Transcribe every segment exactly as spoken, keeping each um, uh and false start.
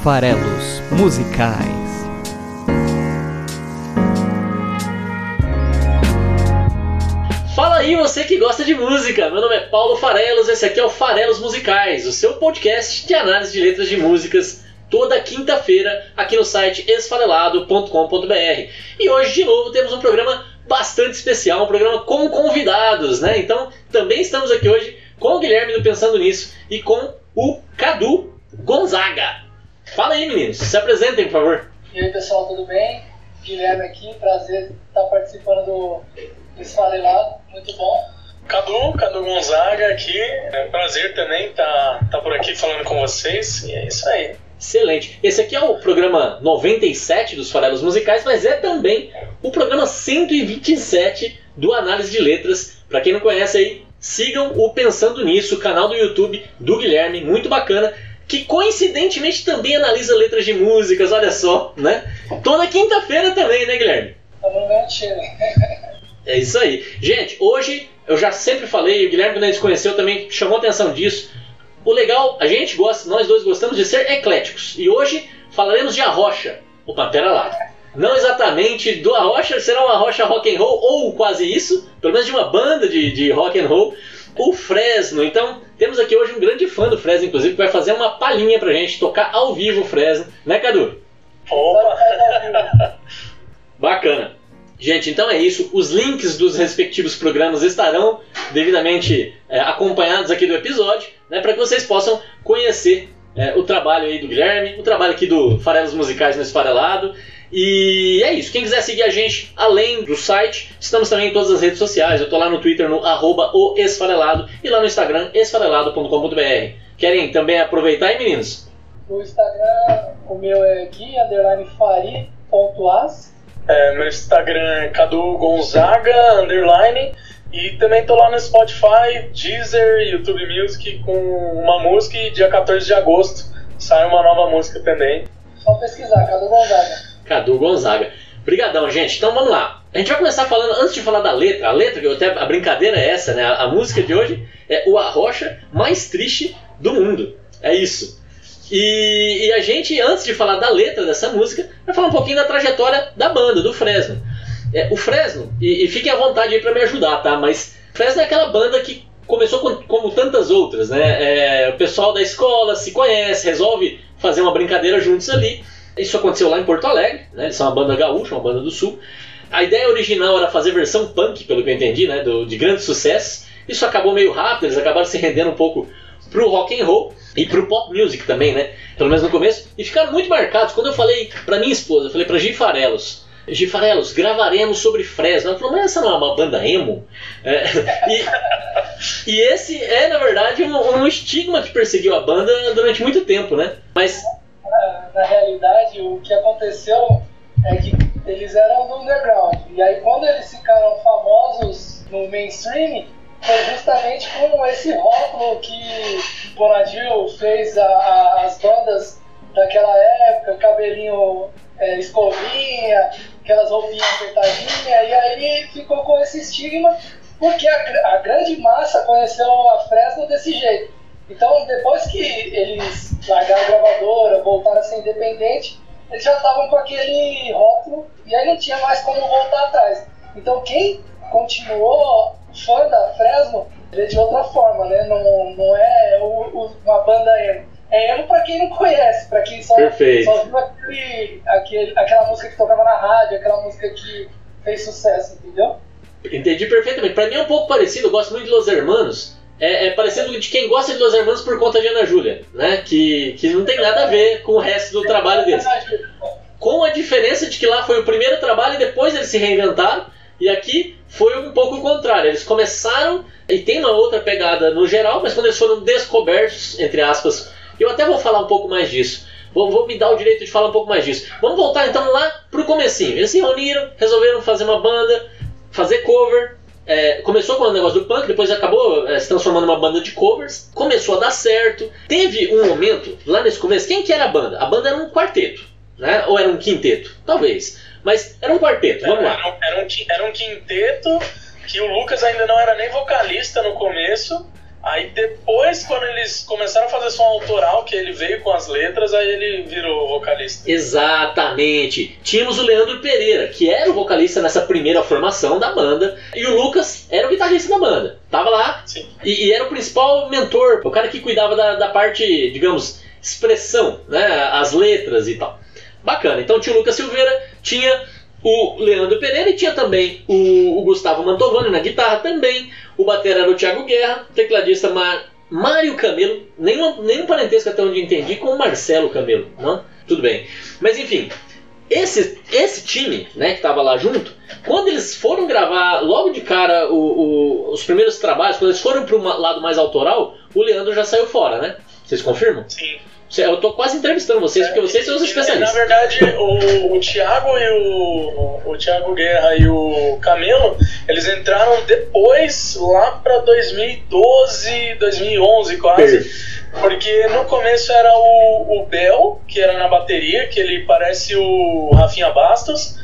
Farelos Musicais. Fala aí, você que gosta de música! Meu nome é Paulo Farelos, esse aqui é o Farelos Musicais, o seu podcast de análise de letras de músicas, toda quinta-feira, aqui no site esfarelado ponto com ponto b r. E hoje, de novo, temos um programa bastante especial, um programa com convidados, né? Então, também estamos aqui hoje com o Guilherme do Pensando Nisso e com o Cadu Gonzaga. Fala aí, meninos, se apresentem, por favor. E aí, pessoal, tudo bem? Guilherme aqui, prazer estar participando do Esfarelado, muito bom. Cadu, Cadu Gonzaga aqui, é um prazer também estar tá, tá por aqui falando com vocês, e é isso aí. Excelente. Esse aqui é o programa noventa e sete dos Farelos Musicais, mas é também o programa cento e vinte e sete do Análise de Letras. Para quem não conhece aí, sigam o Pensando Nisso, o canal do YouTube do Guilherme, muito bacana, que coincidentemente também analisa letras de músicas, olha só, né? Toda quinta-feira também, né, Guilherme? Tá no meu time. É isso aí. Gente, hoje eu já sempre falei, o Guilherme quando a gente se conheceu também chamou atenção disso. O legal, a gente gosta, nós dois gostamos de ser ecléticos. E hoje falaremos de Arrocha. Opa, pera lá. Não exatamente do Arrocha, será uma Arrocha rock and roll, ou quase isso, pelo menos de uma banda de, de rock and roll, o Fresno. Então, temos aqui hoje um grande fã do Fresno, inclusive, que vai fazer uma palhinha pra gente tocar ao vivo o Fresno. Né, Cadu? Opa! Bacana. Gente, então é isso. Os links dos respectivos programas estarão devidamente é, acompanhados aqui do episódio, né, para que vocês possam conhecer é, o trabalho aí do Guilherme, o trabalho aqui do Farelos Musicais no Esfarelado. E é isso. Quem quiser seguir a gente além do site, estamos também em todas as redes sociais. Eu estou lá no Twitter, no arroba o Esfarelado, e lá no Instagram, esfarelado ponto com ponto b r. Querem também aproveitar aí, meninos? O Instagram, o meu é gui underline fari ponto as. É, meu Instagram é Cadu Gonzaga, underline, e também tô lá no Spotify, Deezer, YouTube Music com uma música, e dia quatorze de agosto sai uma nova música também. Só pesquisar, Cadu Gonzaga. Cadu Gonzaga. Obrigadão, gente. Então vamos lá. A gente vai começar falando, antes de falar da letra, a letra, que eu até, a brincadeira é essa, né? A, a música de hoje é o Arrocha mais triste do mundo. É isso. E, e a gente, antes de falar da letra dessa música, vai falar um pouquinho da trajetória da banda, do Fresno. É, o Fresno, e, e fiquem à vontade aí pra me ajudar, tá? Mas Fresno é aquela banda que começou com, como tantas outras, né? É, o pessoal da escola se conhece, resolve fazer uma brincadeira juntos ali. Isso aconteceu lá em Porto Alegre, né? Eles são uma banda gaúcha, uma banda do sul. A ideia original era fazer versão punk, pelo que eu entendi, né? Do, de grande sucesso. Isso acabou meio rápido, eles acabaram se rendendo um pouco pro rock and roll e pro pop music também, né? Pelo menos no começo. E ficaram muito marcados. Quando eu falei pra minha esposa, eu falei pra Gi Farelos, Gi Farelos, gravaremos sobre Fresno. Ela falou, mas essa não é uma banda emo? É, e, e esse é, na verdade, um, um estigma que perseguiu a banda durante muito tempo, né? Mas Na, na realidade, o que aconteceu é que eles eram do underground. E aí, quando eles ficaram famosos no mainstream, foi justamente com esse rótulo que Bonadil fez a, a, as bandas daquela época, cabelinho é, escovinha, aquelas roupinhas apertadinhas, e aí ficou com esse estigma, porque a, a grande massa conheceu a Fresno desse jeito. Então, depois que eles largaram a gravadora, voltaram a ser independente, eles já estavam com aquele rótulo, e aí não tinha mais como voltar atrás. Então, quem continuou fã da Fresno, é de outra forma, né? Não, não é o, o, uma banda emo. É emo pra quem não conhece, pra quem só, só viu aquele, aquele, aquela música que tocava na rádio, aquela música que fez sucesso, entendeu? Entendi perfeitamente. Pra mim é um pouco parecido, eu gosto muito de Los Hermanos. É, é parecido de quem gosta de Los Hermanos por conta de Ana Júlia, né? Que, que não tem nada a ver com o resto do trabalho deles. Com a diferença de que lá foi o primeiro trabalho e depois eles se reinventaram. E aqui foi um pouco o contrário. Eles começaram, e tem uma outra pegada no geral, mas quando eles foram descobertos, entre aspas, eu até vou falar um pouco mais disso. Vou, vou me dar o direito de falar um pouco mais disso. Vamos voltar então lá pro comecinho. Eles se reuniram, resolveram fazer uma banda, fazer cover. É, começou com o negócio do punk, depois acabou é, se transformando numa banda de covers. Começou a dar certo. Teve um momento, lá nesse começo, quem que era a banda? A banda era um quarteto, né? Ou era um quinteto? Talvez. Mas era um quarteto, vamos era, lá. Era um, era um quinteto que o Lucas ainda não era nem vocalista no começo. Aí depois, quando eles começaram a fazer som autoral, que ele veio com as letras, aí ele virou vocalista. Exatamente. Tínhamos o Leandro Pereira, que era o vocalista nessa primeira formação da banda, e o Lucas era o guitarrista da banda. Tava lá. Sim. E, e era o principal mentor, o cara que cuidava da, da parte, digamos, expressão, né? As letras e tal. Bacana. Então tinha o Lucas Silveira, tinha o Leandro Pereira e tinha também o, o Gustavo Mantovani na guitarra também. O batera era o Thiago Guerra, tecladista Mar, Mário Camelo, nenhum, nenhum parentesco até onde entendi com o Marcelo Camelo, não? Tudo bem. Mas enfim, esse, esse time, né, que estava lá junto, quando eles foram gravar logo de cara o, o, os primeiros trabalhos, quando eles foram para o lado mais autoral, o Leandro já saiu fora, né? Vocês confirmam? Sim. Eu tô quase entrevistando vocês, porque vocês são os especialistas. Na verdade, o, o Thiago e o, o Thiago Guerra e o Camelo, eles entraram depois, lá pra dois mil e doze, dois mil e onze quase. Perfeito. Porque no começo era o, o Bel, que era na bateria, que ele parece o Rafinha Bastos.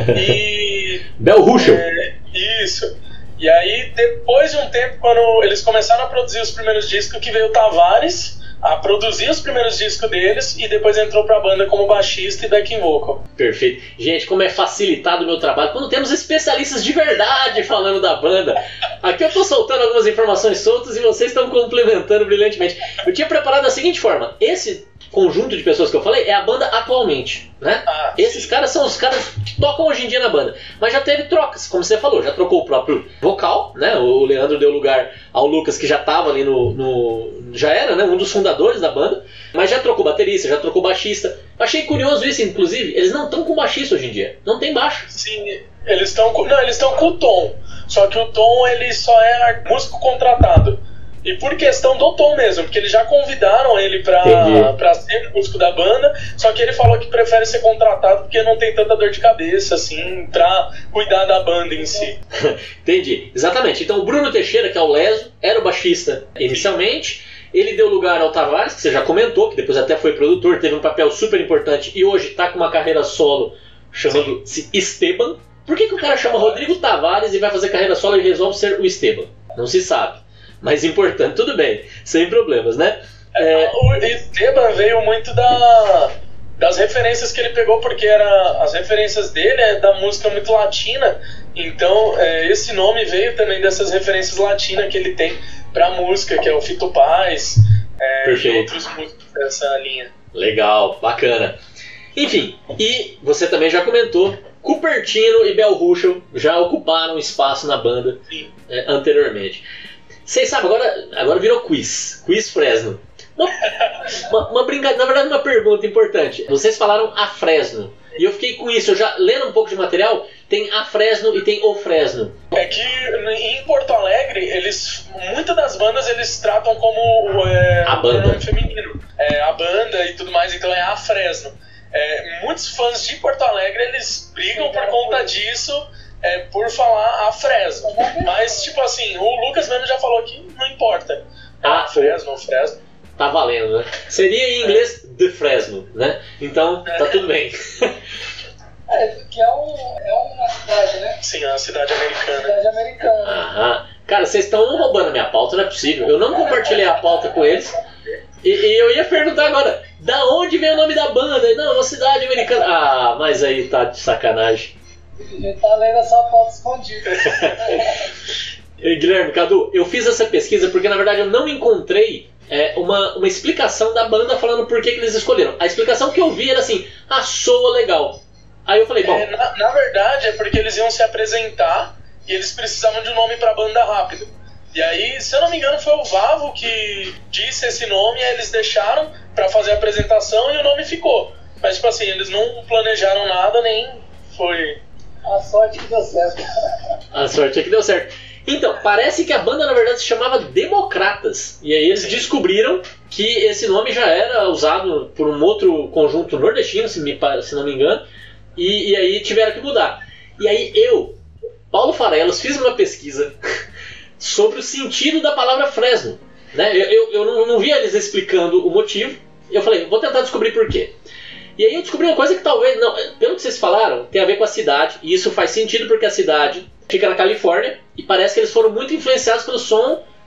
E... Bel Ruschel. É, isso. E aí, depois de um tempo, quando eles começaram a produzir os primeiros discos, que veio o Tavares a produzir os primeiros discos deles e depois entrou pra banda como baixista e backing vocal. Perfeito. Gente, como é facilitado o meu trabalho quando temos especialistas de verdade falando da banda. Aqui eu tô soltando algumas informações soltas e vocês estão complementando brilhantemente. Eu tinha preparado da seguinte forma: esse conjunto de pessoas que eu falei é a banda atualmente, né? Ah, Esses caras são os caras que tocam hoje em dia na banda. Mas já teve trocas, como você falou, já trocou o próprio vocal, né? O Leandro deu lugar ao Lucas, que já estava ali no, no... já era, né? Um dos fundadores da banda. Mas já trocou baterista, já trocou baixista. Achei curioso isso, inclusive, eles não estão com baixista hoje em dia. Não tem baixo. Sim, eles estão com... Não, eles estão com o Tom. Só que o Tom, ele só é músico contratado. E por questão do Tom mesmo, porque eles já convidaram ele pra, pra ser músico da banda, só que ele falou que prefere ser contratado porque não tem tanta dor de cabeça, assim, pra cuidar da banda em si. Entendi, exatamente. Então o Bruno Teixeira, que é o Leso, era o baixista inicialmente. Ele deu lugar ao Tavares, que você já comentou, que depois até foi produtor, teve um papel super importante e hoje tá com uma carreira solo chamando-se Esteban. Por que, que o cara chama Rodrigo Tavares e vai fazer carreira solo e resolve ser o Esteban? Não se sabe. Mas importante, tudo bem, sem problemas, né? É... O Esteban veio muito da, das referências que ele pegou, porque era, as referências dele é da música muito latina, então é, esse nome veio também dessas referências latinas que ele tem pra música, que é o Fito Paz é, e outros músicos dessa linha. Legal, bacana. Enfim, e você também já comentou, Cupertino e Bel Ruschel já ocuparam espaço na banda é, anteriormente. Vocês sabem, agora, agora virou quiz. Quiz Fresno. Uma, uma, uma brincadeira, na verdade uma pergunta importante. Vocês falaram a Fresno. E eu fiquei com isso, eu já lendo um pouco de material, tem a Fresno e tem o Fresno. É que em Porto Alegre, eles, muitas das bandas eles tratam como é, a banda feminino. É, a banda e tudo mais, então é a Fresno. É, muitos fãs de Porto Alegre, eles brigam por conta disso. É, por falar a Fresno. Mas, tipo assim, o Lucas mesmo já falou que não importa. Ah, Fresno, Fresno. Tá valendo, né? Seria em inglês The Fresno, né? Então, tá tudo bem. É, que é, um, é uma cidade, né? Sim, é uma cidade americana. Cidade americana. Aham. Cara, vocês estão roubando a minha pauta, não é possível. Eu não compartilhei a pauta com eles. E, e eu ia perguntar agora, da onde vem o nome da banda? Não, uma cidade americana. Ah, mas aí tá de sacanagem. A gente tá lendo a sua pauta escondida. Guilherme, Cadu, eu fiz essa pesquisa porque na verdade eu não encontrei é, uma, uma explicação da banda falando por que, que eles escolheram. A explicação que eu vi era assim, ah, soa legal. Aí eu falei, bom... É, na, na verdade é porque eles iam se apresentar e eles precisavam de um nome pra banda rápido. E aí, se eu não me engano, foi o Vavo que disse esse nome, aí eles deixaram pra fazer a apresentação e o nome ficou. Mas tipo assim, eles não planejaram nada, nem foi... A sorte que deu certo. A sorte é que deu certo. Então, parece que a banda na verdade se chamava Democratas. E aí eles descobriram que esse nome já era usado por um outro conjunto nordestino, se, me, se não me engano. E, e aí tiveram que mudar. E aí eu, Paulo Farelos, fiz uma pesquisa sobre o sentido da palavra Fresno. Né? Eu, eu, eu não, não vi eles explicando o motivo. Eu falei, vou tentar descobrir por quê. E aí eu descobri uma coisa que talvez, não, pelo que vocês falaram, tem a ver com a cidade. E isso faz sentido porque a cidade fica na Califórnia. E parece que eles foram muito influenciados pelo som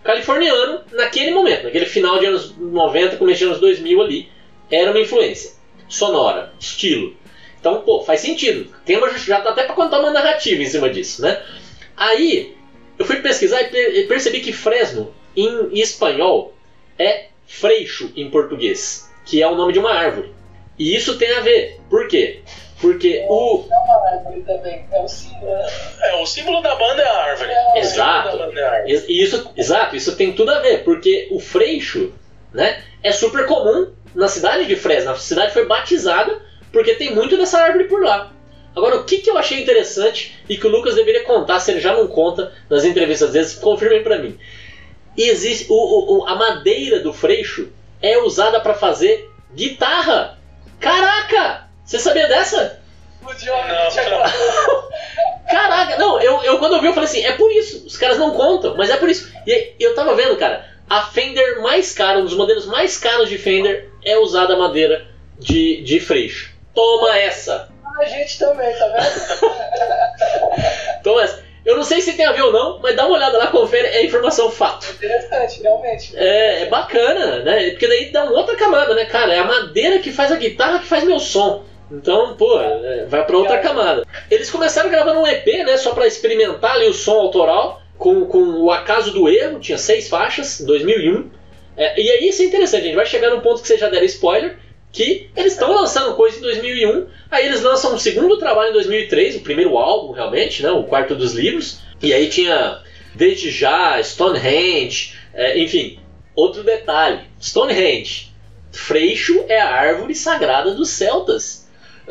californiano naquele momento, naquele final de anos noventa, começo de anos dois mil ali, era uma influência sonora, estilo. Então, pô, faz sentido. Tem uma, já dá até pra contar uma narrativa em cima disso, né? Aí, eu fui pesquisar e per- percebi que Fresno, em espanhol, é freixo em português, que é o nome de uma árvore. E isso tem a ver. Por quê? Porque o... É uma árvore também, é o símbolo. É, o símbolo da banda é a árvore. É, Exato. O símbolo da banda é a árvore. Ex- Isso, exato, isso tem tudo a ver, porque o freixo, né, é super comum na cidade de Fresno. A cidade foi batizada porque tem muito dessa árvore por lá. Agora, o que, que eu achei interessante e que o Lucas deveria contar, se ele já não conta nas entrevistas deles, confirmem pra mim. Existe, o, o, a madeira do freixo é usada pra fazer guitarra. Caraca! Você sabia dessa? O Diogo Não, tinha não. falado. Caraca, não, eu, eu quando eu vi eu falei assim, é por isso, os caras não contam, mas é por isso. E aí, eu tava vendo, cara, a Fender mais cara, um dos modelos mais caros de Fender é usada a madeira de, de freixo. Toma essa! A gente também, tá vendo? Toma essa! Eu não sei se tem a ver ou não, mas dá uma olhada lá, confere, é informação fato. Interessante, realmente. É, é bacana, né? Porque daí dá uma outra camada, né, cara? É a madeira que faz a guitarra que faz meu som. Então, pô, é, vai pra outra camada. Eles começaram gravando um E P, né? Só pra experimentar ali o som autoral, com, com o Acaso do Erro, tinha seis faixas, em dois mil e um. É, e aí isso é interessante, a gente vai chegar num ponto que vocês já deram spoiler, que eles estão lançando coisa em dois mil e um, aí eles lançam um segundo trabalho em dois mil e três, o primeiro álbum realmente, né, o Quarto dos Livros, e aí tinha Desde Já, Stonehenge, é, enfim, outro detalhe, Stonehenge, freixo é a árvore sagrada dos celtas.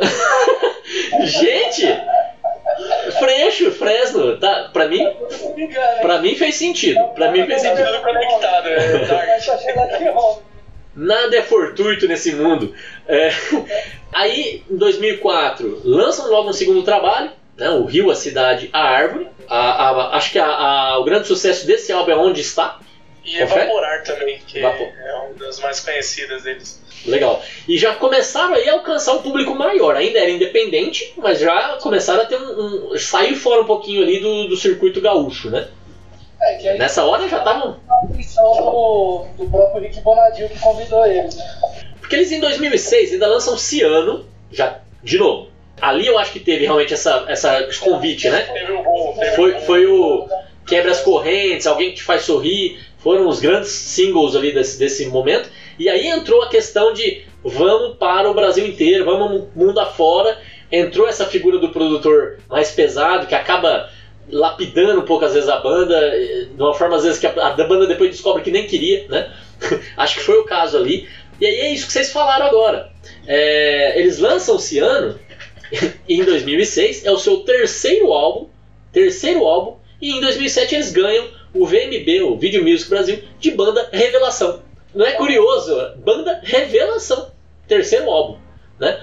Gente, freixo, Fresno, tá, pra mim, Me engano, pra mim fez sentido, pra mim fez sentido. Tudo conectado, é tarde. Mas tá achando aqui, ó. Nada é fortuito nesse mundo. É. Aí, em dois mil e quatro, lançam logo um segundo trabalho, né, o Rio, a Cidade, a Árvore. A, a, acho que a, a, o grande sucesso desse álbum é Onde Está. E Confere? Evaporar também, que Vapor. é uma das mais conhecidas deles. Legal. E já começaram aí a alcançar um público maior. Ainda era independente, mas já começaram a ter um... um sair fora um pouquinho ali do, do circuito gaúcho, né? É, que aí Nessa hora já estavam... a atenção do, do próprio Rick Bonadil que convidou eles, né? Porque eles em dois mil e seis ainda lançam Ciano, já de novo. Ali eu acho que teve realmente essa, essa, esse convite, né? Teve o bom, teve Foi, o bom. foi o Quebra as Correntes, Alguém que Te Faz Sorrir, foram os grandes singles ali desse, desse momento. E aí entrou a questão de vamos para o Brasil inteiro, vamos mundo afora. Entrou essa figura do produtor mais pesado, que acaba lapidando um pouco às vezes a banda, de uma forma às vezes que a, a banda depois descobre que nem queria, né? Acho que foi o caso ali. E aí é isso que vocês falaram agora. É, eles lançam Ciano em dois mil e seis, é o seu terceiro álbum, terceiro álbum, e em dois mil e sete eles ganham o V M B, o Video Music Brasil, de banda Revelação. Não é curioso? Banda Revelação, terceiro álbum, né?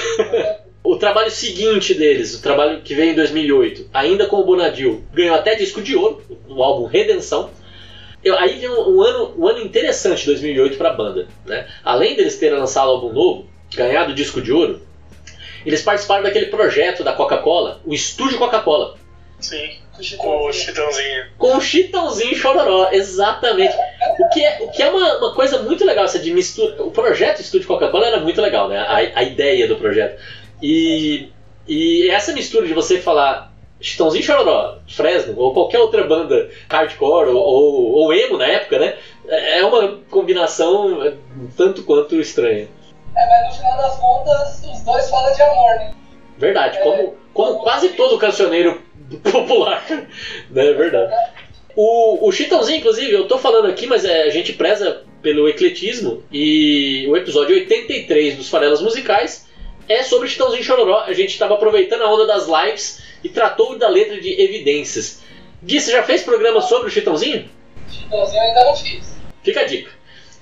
O trabalho seguinte deles, o trabalho que veio em dois mil e oito, ainda com o Bonadil, ganhou até disco de ouro, o álbum Redenção. Eu, aí vem um, um, ano, um ano interessante, dois mil e oito, para a banda, né? Além deles terem lançado álbum novo, ganhado disco de ouro, eles participaram daquele projeto da Coca-Cola, o Estúdio Coca-Cola, Sim, com o Chitãozinho. com o Chitãozinho Chororó, exatamente. O que é, o que é uma, uma coisa muito legal, essa de mistura. O projeto Estúdio Coca-Cola era muito legal, né? A, a ideia do projeto. E, e essa mistura de você falar Chitãozinho Chororó, Fresno, ou qualquer outra banda hardcore, ou, ou, ou emo na época, né? É uma combinação tanto quanto estranha. É, mas no final das contas, os dois falam de amor, né? Verdade, como, como quase todo cancioneiro popular, né? É verdade. O, o Chitãozinho, inclusive, eu tô falando aqui, mas é, a gente preza pelo ecletismo, e o episódio oitenta e três dos Farelas Musicais é sobre Chitãozinho Chororó. A gente estava aproveitando a onda das lives e tratou da letra de Evidências. Gui, você já fez programa sobre o Chitãozinho? Chitãozinho eu ainda não fiz. Fica a dica.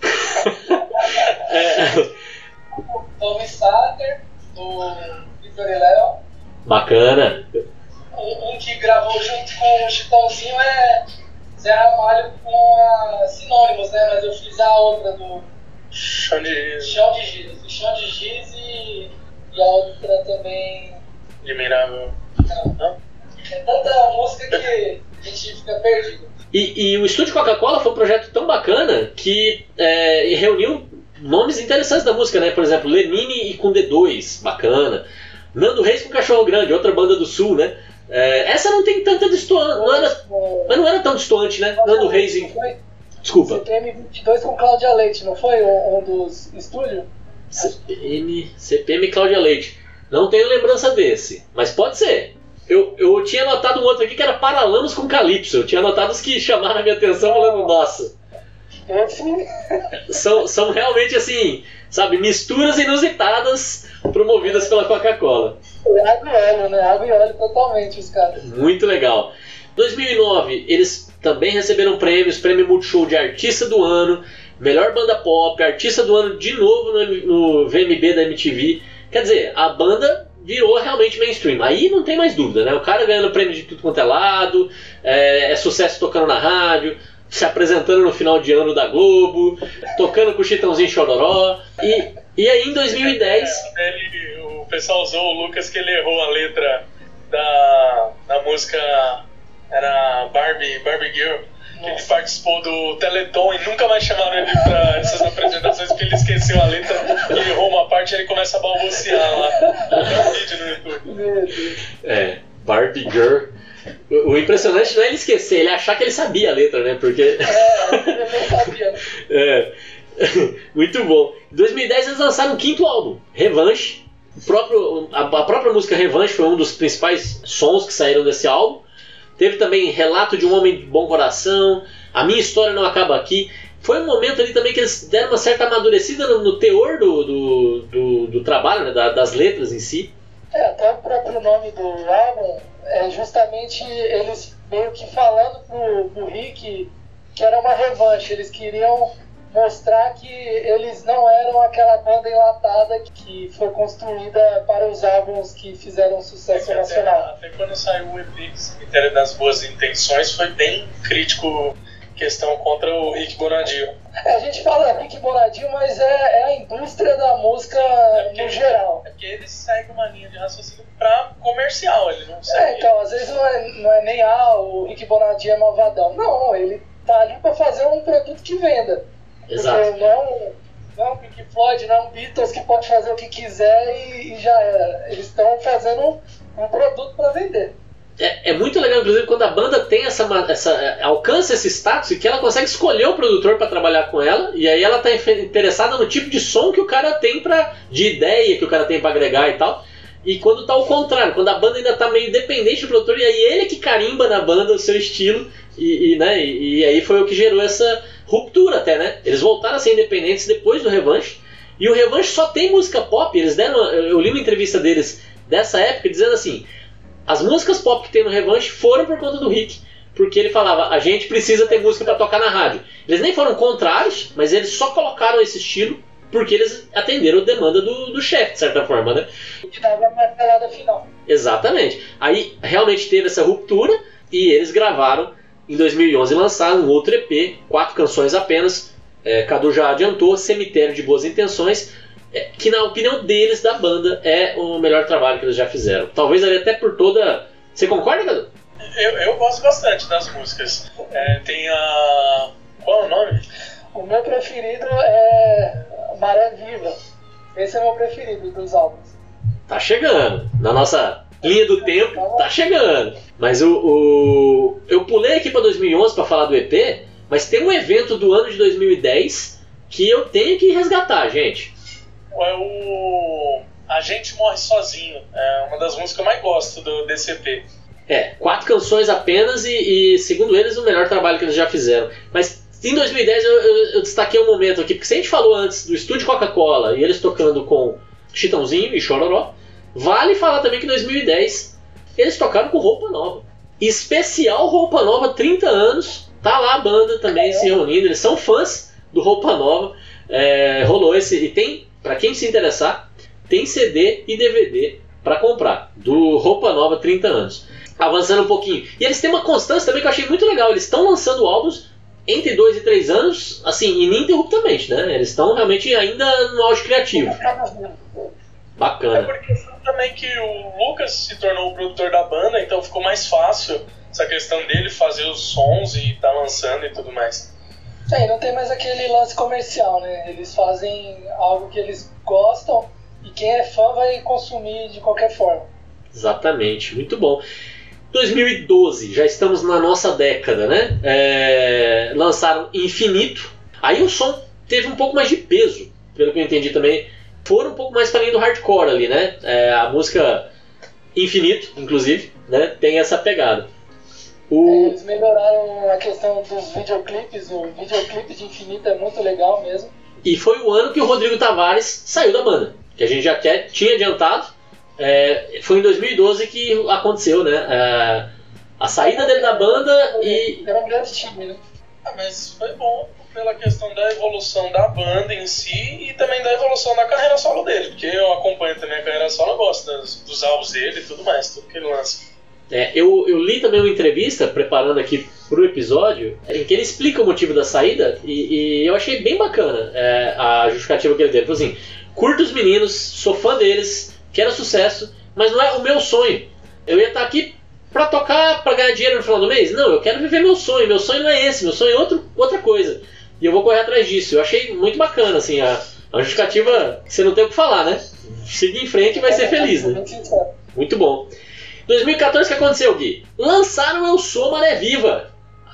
é, Tommy Sater, do Vitor e Léo. bacana. Um, um que gravou junto com o Chitãozinho é Zé Ramalho com a Sinônimos, né? Mas eu fiz a outra do Chão de Chão de Giz. Eu fiz Chão de Giz e, e a outra também. Admirável. Não. Não? É tanta música que a gente fica perdido. E, e o Estúdio Coca-Cola foi um projeto tão bacana que é, reuniu nomes interessantes da música, né? Por exemplo, Lenine e com D dois, bacana. Nando Reis com Cachorro Grande, outra banda do Sul, né? É, essa não tem tanta distoante, não era, mas não era tão distoante, né? Nando Reis e... Desculpa. C P M vinte e dois com Cláudia Leite, não foi? Um, um dos estúdios? C P M, C P M Cláudia Leite. Não tenho lembrança desse, mas pode ser. Eu, eu tinha anotado um outro aqui que era Paralamas com Calypso. Eu tinha anotado os que chamaram a minha atenção falando, nossa. São, são realmente assim, sabe, misturas inusitadas promovidas pela Coca-Cola. Água e óleo, né? Água e óleo totalmente, os caras. Muito legal. Em dois mil e nove, eles também receberam prêmios, prêmio Multishow de Artista do Ano, Melhor Banda Pop, Artista do Ano de novo no, no V M B da M T V. Quer dizer, a banda virou realmente mainstream. Aí não tem mais dúvida, né? O cara ganhando prêmio de tudo quanto é lado, é, é sucesso tocando na rádio, se apresentando no final de ano da Globo, tocando com o Chitãozinho Chororó. E, e aí em dois mil e dez... É, ele, o pessoal usou o Lucas que ele errou a letra da, da música, era Barbie, Barbie Girl, que ele participou do Teleton e nunca mais chamaram ele pra essas apresentações porque ele esqueceu a letra e errou uma parte e ele começa a balbuciar lá. Tem um vídeo no YouTube. É, Barbie Girl. O, o impressionante não é ele esquecer, ele achar que ele sabia a letra, né? Porque... É, eu não sabia. É. Muito bom. Em dois mil e dez eles lançaram o quinto álbum, Revanche. O próprio, a, a própria música Revanche foi um dos principais sons que saíram desse álbum. Teve também Relato de um Homem de Bom Coração, A Minha História Não Acaba Aqui. Foi um momento ali também que eles deram uma certa amadurecida no, no teor do, do, do, do trabalho, né, da, das letras em si. É, até o próprio nome do álbum é justamente eles meio que falando pro, pro Rick que era uma revanche. Eles queriam mostrar que eles não eram aquela banda enlatada que foi construída para os álbuns que fizeram sucesso até, nacional. Até quando saiu o E P Cemitério das Boas Intenções foi bem crítico questão contra o Rick Bonadio. É, a gente fala Rick Bonadio, mas é, é a indústria da música é porque, no geral. É porque ele segue uma linha de raciocínio para comercial, ele não segue. É, então, às vezes não é, não é nem ah, o Rick Bonadio é malvadão. Não, ele tá ali para fazer um produto que venda. Exato. Porque não é um, não é um Pink Floyd, não é um Beatles que pode fazer o que quiser e, e já era. Eles estão fazendo um produto para vender. É, é muito legal, inclusive, quando a banda tem essa, essa alcança esse status e que ela consegue escolher o produtor para trabalhar com ela, e aí ela está interessada no tipo de som que o cara tem para, de ideia que o cara tem para agregar e tal. E quando tá ao contrário, quando a banda ainda tá meio dependente do produtor, e aí ele que carimba na banda o seu estilo, e, e, né, e, e aí foi o que gerou essa ruptura até, né? Eles voltaram a ser independentes depois do Revanche, e o Revanche só tem música pop. Eles deram, eu li uma entrevista deles dessa época dizendo assim: as músicas pop que tem no Revanche foram por conta do Rick, porque ele falava, a gente precisa ter música para tocar na rádio. Eles nem foram contrários, mas eles só colocaram esse estilo porque eles atenderam a demanda do, do chefe, de certa forma, né? E dava uma pelada final. Exatamente. Aí realmente teve essa ruptura e eles gravaram em dois mil e onze, lançaram um outro E P, quatro canções apenas. É, Cadu já adiantou, Cemitério de Boas Intenções, é, que na opinião deles, da banda, é o melhor trabalho que eles já fizeram. Talvez ali até por toda... Você concorda, Cadu? Eu, eu gosto bastante das músicas. É, tem a... Qual é o nome? O meu preferido é Maré Viva. Esse é o meu preferido dos álbuns. Tá chegando. Na nossa linha do tempo, tá chegando. Mas o, o... eu pulei aqui pra dois mil e onze pra falar do E P, mas tem um evento do ano de dois mil e dez que eu tenho que resgatar, gente. É o A Gente Morre Sozinho. É uma das músicas que eu mais gosto do, desse E P. É, quatro canções apenas e, e, segundo eles, o melhor trabalho que eles já fizeram. Mas em dois mil e dez eu, eu, eu destaquei um momento aqui, porque se a gente falou antes do Estúdio Coca-Cola e eles tocando com Chitãozinho e Chororó, vale falar também que em dois mil e dez eles tocaram com Roupa Nova. Especial Roupa Nova, trinta anos, tá lá a banda também se reunindo, eles são fãs do Roupa Nova. É, rolou esse, e tem, pra quem se interessar, tem C D e D V D pra comprar, do Roupa Nova, trinta anos. Avançando um pouquinho. E eles têm uma constância também que eu achei muito legal, eles estão lançando álbuns entre dois e três anos, assim, ininterruptamente, né? Eles estão realmente ainda no auge criativo. Bacana. É porque também que o Lucas se tornou o produtor da banda, então ficou mais fácil essa questão dele fazer os sons e tá lançando e tudo mais. É, e não tem mais aquele lance comercial, né? Eles fazem algo que eles gostam e quem é fã vai consumir de qualquer forma. Exatamente, muito bom. dois mil e doze, já estamos na nossa década, né? É, lançaram Infinito. Aí o som teve um pouco mais de peso, pelo que eu entendi também. Foram um pouco mais para além do hardcore ali, né? É, a música Infinito, inclusive, né? Tem essa pegada. O... É, eles melhoraram a questão dos videoclipes. O videoclipe de Infinito é muito legal mesmo. E foi o ano que o Rodrigo Tavares saiu da banda, que a gente já até tinha adiantado. É, foi em dois mil e doze que aconteceu, né? É, a saída dele da banda e... Era um grande time, né? Ah, mas foi bom pela questão da evolução da banda em si e também da evolução da carreira solo dele, porque eu acompanho também a carreira solo, eu gosto dos, dos álbuns dele e tudo mais, tudo que ele lança. É, eu, eu li também uma entrevista, preparando aqui pro episódio, em que ele explica o motivo da saída e, e eu achei bem bacana é, a justificativa que ele deu. Ele falou assim, curto os meninos, sou fã deles, quero sucesso, mas não é o meu sonho. Eu ia estar aqui pra tocar, pra ganhar dinheiro no final do mês? Não, eu quero viver meu sonho, meu sonho não é esse, meu sonho é outro, outra coisa. E eu vou correr atrás disso. Eu achei muito bacana, assim, a, a justificativa, você não tem o que falar, né? Seguir em frente e vai ser feliz, né? Muito bom. dois mil e quatorze, o que aconteceu, Gui? Lançaram Eu Sou Maré Viva.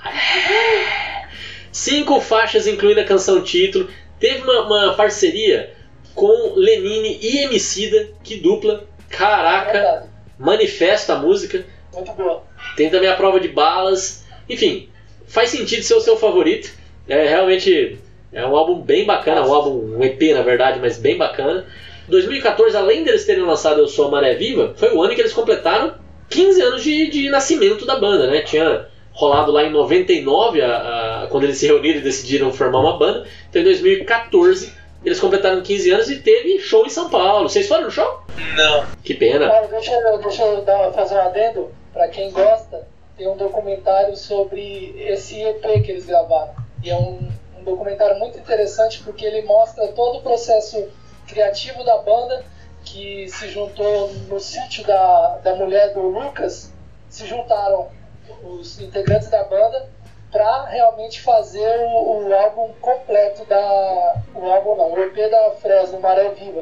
Cinco faixas, incluindo a canção título. Teve uma, uma parceria com Lenine e Emicida. Que dupla. Caraca. Manifesta a música. Muito boa. Tem também a Prova de Balas. Enfim, faz sentido ser o seu favorito. É realmente é um álbum bem bacana. Um álbum, um E P na verdade, mas bem bacana. dois mil e quatorze, além deles terem lançado Eu Sou a Maré Viva, foi o ano que eles completaram quinze anos de, de nascimento da banda, né? Tinha rolado lá em noventa e nove, a, a, quando eles se reuniram e decidiram formar uma banda. Então em dois mil e quatorze eles completaram quinze anos e teve show em São Paulo. Vocês foram no show? Não. Que pena. Cara, deixa eu, deixa eu dar, fazer um adendo. Pra quem gosta, tem um documentário sobre esse E P que eles gravaram. E é um, um documentário muito interessante porque ele mostra todo o processo criativo da banda, que se juntou no sítio da, da mulher do Lucas. Se juntaram os integrantes da banda para realmente fazer o, o álbum completo da... o álbum não, o E P da Fresno, Maré Viva.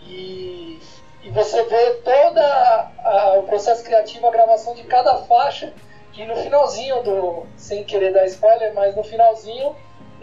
E, e você vê todo o processo criativo, a gravação de cada faixa, que no finalzinho do... sem querer dar spoiler, mas no finalzinho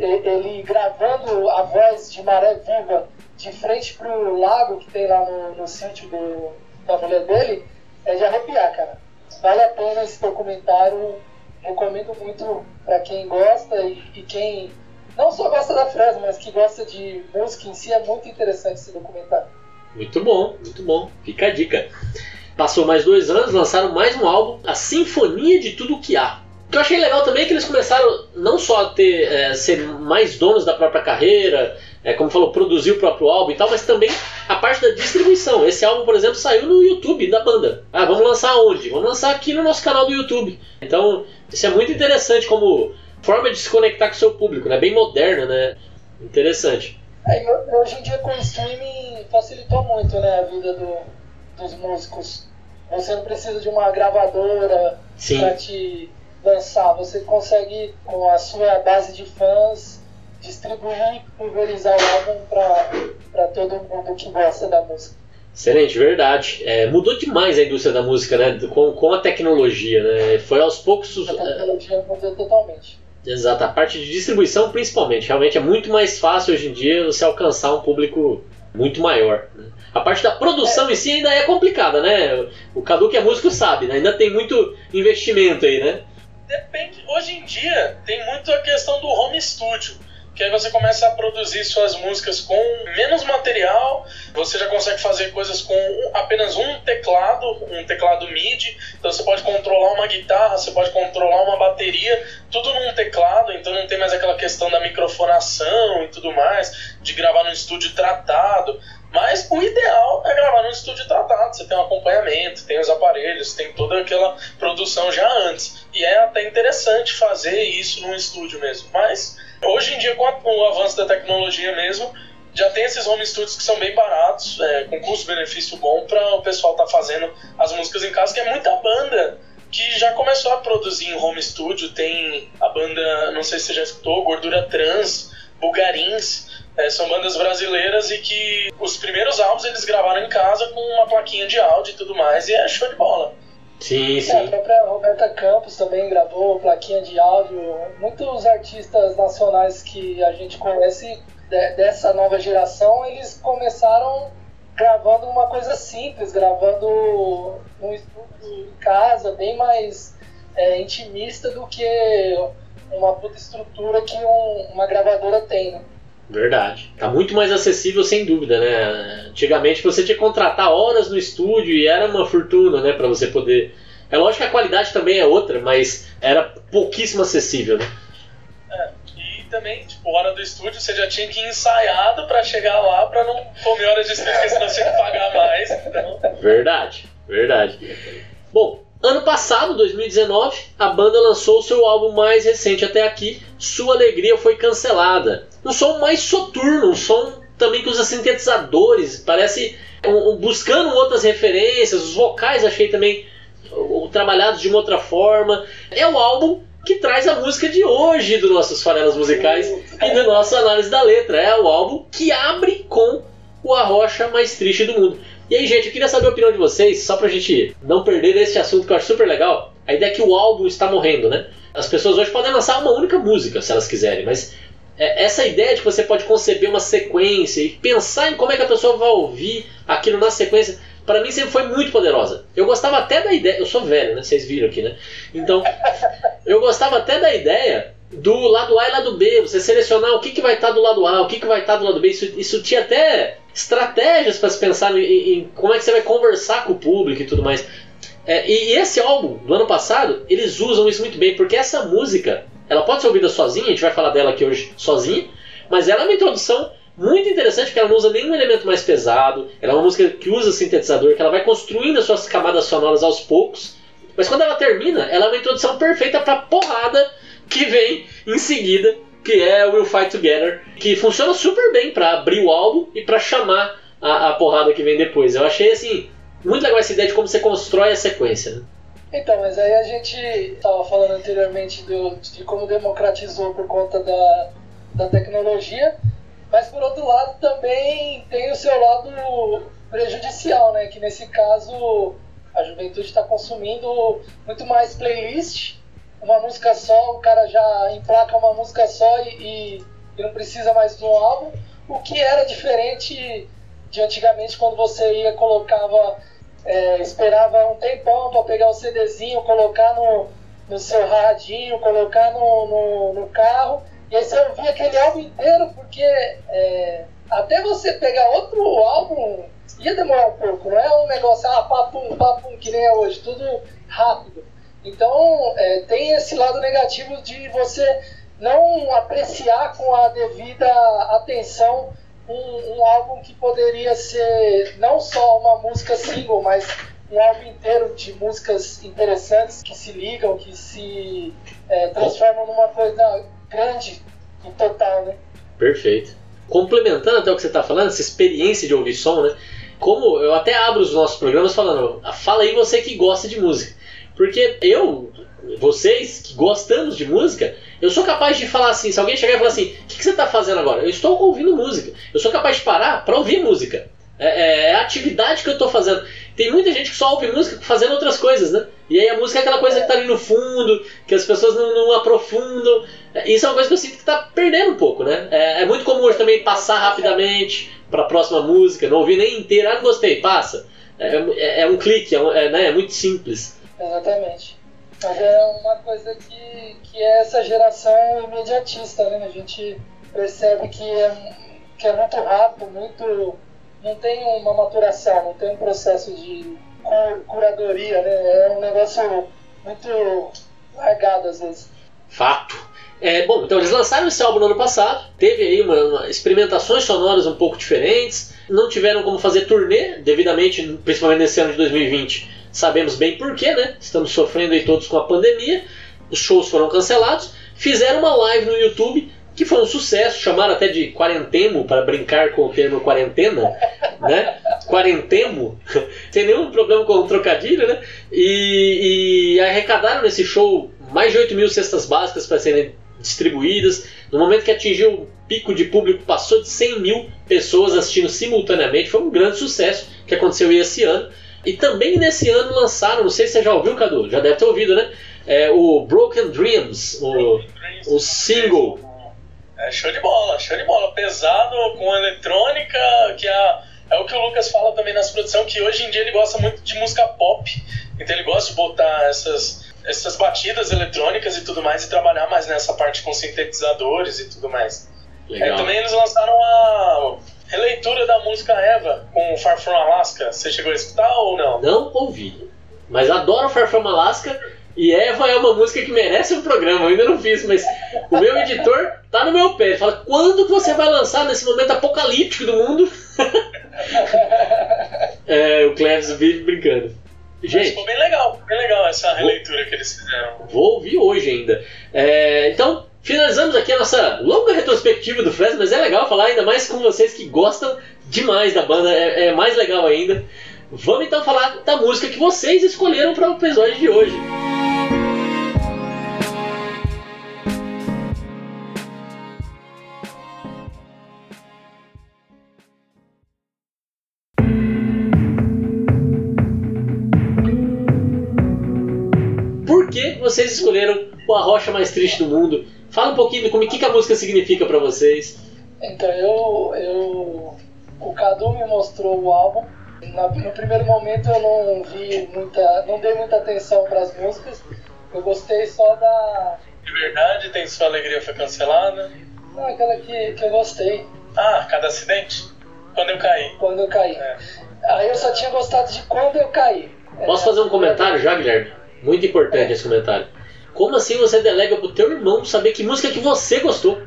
ele gravando a voz de Maré Viva de frente pro lago que tem lá no, no sítio do, da mulher dele, é de arrepiar, cara. Vale a pena esse documentário, recomendo muito pra quem gosta e, e quem não só gosta da Fresno, mas que gosta de música em si, é muito interessante esse documentário. Muito bom, muito bom. Fica a dica. Passou mais dois anos, lançaram mais um álbum, A Sinfonia de Tudo Que Há. O que eu achei legal também é que eles começaram não só a ter, é, ser mais donos da própria carreira, é, como falou, produzir o próprio álbum e tal, mas também a parte da distribuição. Esse álbum, por exemplo, saiu no YouTube da banda. Ah, vamos lançar onde? Vamos lançar aqui no nosso canal do YouTube. Então, isso é muito interessante como forma de se conectar com o seu público, né? Bem moderna, né? Interessante. É, hoje em dia com o streaming facilitou muito, né, a vida do, dos músicos. Você não precisa de uma gravadora para te lançar. Você consegue, com a sua base de fãs, distribuir e pulverizar o álbum para todo mundo que gosta da música. Excelente, verdade. É, mudou demais a indústria da música, né? Com, com a tecnologia, né? Foi aos poucos... A tecnologia mudou totalmente. Exato, a parte de distribuição principalmente. Realmente é muito mais fácil hoje em dia você alcançar um público muito maior, né? A parte da produção é. em si ainda é complicada, né? O Cadu que é músico sabe, né? Ainda tem muito investimento aí, né? Depende. Hoje em dia tem muito a questão do home studio, que aí você começa a produzir suas músicas com menos material, você já consegue fazer coisas com apenas um teclado, um teclado M I D I, então você pode controlar uma guitarra, você pode controlar uma bateria, tudo num teclado, então não tem mais aquela questão da microfonação e tudo mais, de gravar num estúdio tratado. Mas o ideal é gravar num estúdio tratado, você tem um acompanhamento, tem os aparelhos, tem toda aquela produção já antes. E é até interessante fazer isso num estúdio mesmo. Mas hoje em dia, com o avanço da tecnologia mesmo, já tem esses home studios que são bem baratos, é, com custo-benefício bom para o pessoal estar tá fazendo as músicas em casa, que é muita banda que já começou a produzir em home studio. Tem a banda, não sei se você já escutou, Gordura Trans, Bulgarins. É, são bandas brasileiras e que os primeiros álbuns eles gravaram em casa com uma plaquinha de áudio e tudo mais, e é show de bola. Sim, sim. É, a própria Roberta Campos também gravou plaquinha de áudio. Muitos artistas nacionais que a gente conhece de, dessa nova geração, eles começaram gravando uma coisa simples, gravando um estúdio em casa, bem mais é, intimista do que uma puta estrutura que um, uma gravadora tem, né? Verdade. Tá muito mais acessível, sem dúvida, né? Antigamente você tinha que contratar horas no estúdio e era uma fortuna, né? Pra você poder... É lógico que a qualidade também é outra, mas era pouquíssimo acessível, né? É, e também, tipo, hora do estúdio você já tinha que ir ensaiado pra chegar lá, pra não comer horas de estúdio, porque senão você tinha que pagar mais. Então... Verdade, verdade. Bom, ano passado, dois mil e dezenove, a banda lançou o seu álbum mais recente até aqui, Sua Alegria Foi Cancelada. Um som mais soturno, um som também que usa sintetizadores, parece um, um, buscando outras referências, os vocais achei também um, trabalhados de uma outra forma. É o álbum que traz a música de hoje do nossos Farelas Musicais e da nossa análise da letra. É o álbum que abre com o Arrocha Mais Triste do Mundo. E aí, gente, eu queria saber a opinião de vocês, só pra gente não perder esse assunto que eu acho super legal. A ideia é que o álbum está morrendo, né? As pessoas hoje podem lançar uma única música, se elas quiserem, mas é, essa ideia de que você pode conceber uma sequência e pensar em como é que a pessoa vai ouvir aquilo na sequência, pra mim sempre foi muito poderosa. Eu gostava até da ideia... Eu sou velho, né? Vocês viram aqui, né? Então, eu gostava até da ideia do lado A e lado B, você selecionar o que, que vai estar do lado A, o que, que vai estar do lado B. Isso, isso tinha até estratégias para se pensar em, em como é que você vai conversar com o público e tudo mais. É, e, e esse álbum do ano passado, eles usam isso muito bem, porque essa música, ela pode ser ouvida sozinha, a gente vai falar dela aqui hoje sozinha, mas ela é uma introdução muito interessante, porque ela não usa nenhum elemento mais pesado, ela é uma música que usa sintetizador, que ela vai construindo as suas camadas sonoras aos poucos, mas quando ela termina, ela é uma introdução perfeita para a porrada que vem em seguida, que é o We'll Fight Together, que funciona super bem para abrir o álbum e para chamar a, a porrada que vem depois. Eu achei assim muito legal essa ideia de como você constrói a sequência, né? Então, mas aí a gente estava falando anteriormente do, de como democratizou por conta da, da tecnologia, mas por outro lado também tem o seu lado prejudicial, né? Que nesse caso a juventude está consumindo muito mais playlist, uma música só, o cara já emplaca uma música só e, e, e não precisa mais de um álbum, o que era diferente de antigamente, quando você ia, colocava, é, esperava um tempão para pegar o CDzinho, colocar no, no seu radinho, colocar no, no, no carro, e aí você ouvia aquele álbum inteiro, porque é, até você pegar outro álbum ia demorar um pouco, não é um negócio, ah, papum, papum, que nem é hoje, tudo rápido. Então, é, tem esse lado negativo de você não apreciar com a devida atenção um, um álbum que poderia ser não só uma música single, mas um álbum inteiro de músicas interessantes que se ligam, que se é, transformam numa coisa grande e total, né? Perfeito. Complementando até o que você está falando, essa experiência de ouvir som, né? Como eu até abro os nossos programas falando, fala aí você que gosta de música. Porque eu, vocês que gostamos de música, eu sou capaz de falar assim, se alguém chegar e falar assim, o que, que você está fazendo agora? Eu estou ouvindo música. Eu sou capaz de parar para ouvir música. É, é a atividade que eu estou fazendo. Tem muita gente que só ouve música fazendo outras coisas, né? E aí a música é aquela coisa que está ali no fundo, que as pessoas não, não aprofundam. Isso é uma coisa que eu sinto que está perdendo um pouco, né? É, é muito comum hoje também passar rapidamente para a próxima música, não ouvir nem inteira. Ah, não gostei, passa. É, é, é um clique, é, é, né? É muito simples. Exatamente. Mas é uma coisa que, que é essa geração imediatista, né? A gente percebe que é, que é muito rápido, muito, não tem uma maturação, não tem um processo de curadoria, né? É um negócio muito largado às vezes. Fato. É, bom, então eles lançaram esse álbum no ano passado, teve aí uma, uma, experimentações sonoras um pouco diferentes, não tiveram como fazer turnê, devidamente, principalmente nesse ano de dois mil e vinte, sabemos bem porquê, né? Estamos sofrendo aí todos com a pandemia, os shows foram cancelados, fizeram uma live no YouTube que foi um sucesso, chamaram até de quarentemo, para brincar com o termo quarentena, né? Quarentemo, sem nenhum problema com o trocadilho, né? E, e arrecadaram nesse show mais de oito mil cestas básicas para serem distribuídas. No momento que atingiu o pico de público, passou de cem mil pessoas assistindo simultaneamente. Foi um grande sucesso que aconteceu esse ano. E também nesse ano lançaram, não sei se você já ouviu, Cadu, já deve ter ouvido, né? É, o Broken Dreams, o, o single. É show de bola, show de bola. Pesado, com eletrônica, que é, é o que o Lucas fala também nas produções, que hoje em dia ele gosta muito de música pop. Então ele gosta de botar essas, essas batidas eletrônicas e tudo mais e trabalhar mais nessa parte com sintetizadores e tudo mais. É, também eles lançaram a releitura da música Eva com Far From Alaska. Você chegou a escutar ou não? Não ouvi, mas adoro Far From Alaska. E Eva é uma música que merece um programa, eu ainda não fiz, mas o meu editor tá no meu pé. Ele fala, quando que você vai lançar nesse momento apocalíptico do mundo? É, o Cleves vive brincando. Gente, mas ficou bem legal, bem legal essa releitura que eles fizeram. Vou ouvir hoje ainda. É, então, finalizamos aqui a nossa longa retrospectiva do Fresno, mas é legal falar ainda mais com vocês que gostam demais da banda, é, é mais legal ainda. Vamos então falar da música que vocês escolheram para o episódio de hoje. Por que vocês escolheram o A Rocha Mais Triste do Mundo? Fala um pouquinho do como, que, que a música significa para vocês. Então, eu, eu... O Cadu me mostrou o álbum. Na, no primeiro momento eu não vi muita... Não dei muita atenção para as músicas. Eu gostei só da... De verdade, Tem Sua Alegria Foi Cancelada. Não, aquela que, que eu gostei. Ah, Cada Acidente? Quando Eu Caí. Quando Eu Caí. É. Aí eu só tinha gostado de Quando Eu Caí. Posso fazer um comentário já, Guilherme? Muito importante esse comentário. Como assim você delega pro teu irmão saber que música que você gostou?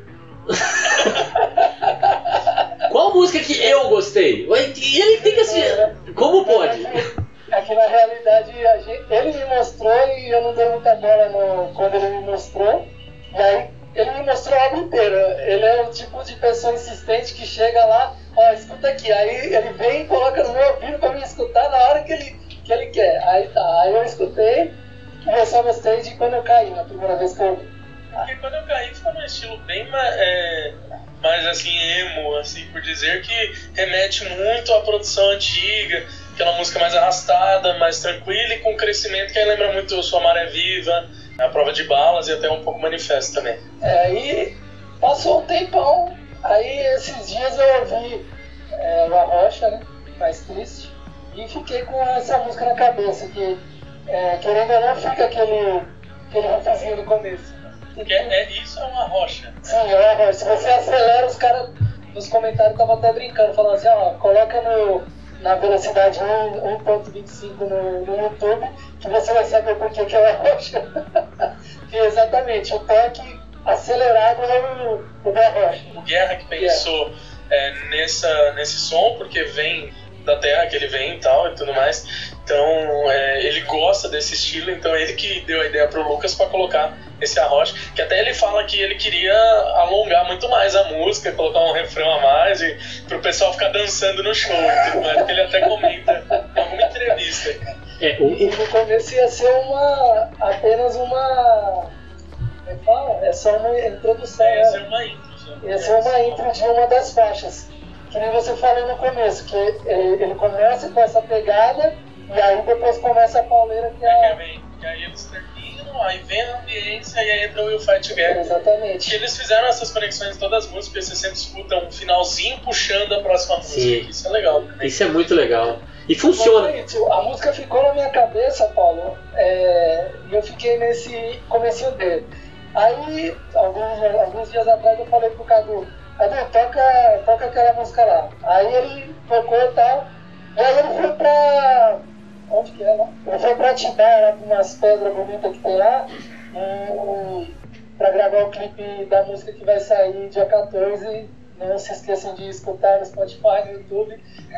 Qual música que eu gostei? Ele tem que assistir. Como pode? É que na realidade a gente, ele me mostrou e eu não dei muita bola no, quando ele me mostrou. E aí ele me mostrou a obra inteira. Ele é o tipo de pessoa insistente que chega lá, ó, escuta aqui. Aí ele vem e coloca no meu ouvido pra me escutar na hora que ele, que ele quer. Aí tá, aí eu escutei. E eu só gostei de Quando Eu Caí, na primeira vez que eu ouvi. Porque Quando Eu Caí ficou num estilo bem mais, é, mais assim, emo, assim, por dizer, que remete muito à produção antiga, aquela música mais arrastada, mais tranquila e com crescimento que aí lembra muito Sua Maré Viva, A Prova de Balas e até um pouco Manifesto também. É, aí passou um tempão, aí esses dias eu ouvi é, o A Rocha, né, Mais Triste, e fiquei com essa música na cabeça, que é, querendo ou não fica aquele, aquele riffzinho do começo. Porque é, isso é uma rocha. Sim, é uma rocha. Se você acelera, os caras nos comentários estavam até brincando, falando assim, ó, coloca no, na velocidade um ponto vinte e cinco no, no YouTube, que você vai saber por que que é uma rocha. E exatamente, o toque acelerado é o, o da rocha. O Guerra que pensou é, nessa, nesse som, porque vem da terra que ele vem e tal e tudo mais. Então é, ele gosta desse estilo, então ele que deu a ideia pro Lucas para colocar esse arrocha, que até ele fala que ele queria alongar muito mais a música, colocar um refrão a mais e pro pessoal ficar dançando no show e tudo mais, que ele até comenta em alguma entrevista. É, o, E no começo ia ser uma, apenas uma, como é que fala? É só uma introdução, É, essa é né? uma intro. Só. Ia ser uma intro de uma das faixas, que nem você falou no começo, que ele, ele começa com essa pegada e aí depois começa a pauleira que É, é... que vem, que aí eles terminam, aí vem a ambiência e aí entra o Will Fight Together. Exatamente. Que eles fizeram essas conexões em todas as músicas, você sempre escuta um finalzinho puxando a próxima música. Sim. Isso é legal também. isso é muito legal. E funciona. A música ficou na minha cabeça, Paulo, é, e eu fiquei nesse comecinho dele. Aí, alguns, alguns dias atrás, eu falei pro Cadu, Cadu, toca, toca aquela música lá. Aí ele tocou e tal, e aí ele foi pra... Onde que é lá? Ele foi pra Atibaia, lá com umas pedras bonitas que tem lá, e, pra gravar o clipe da música que vai sair dia quatorze. Não se esqueçam de escutar no Spotify, no YouTube.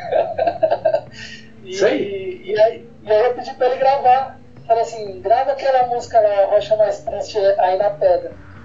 e, Isso aí. E, aí. E aí eu pedi pra ele gravar. Falei assim, grava aquela música lá, Rocha Mais Triste, aí na pedra.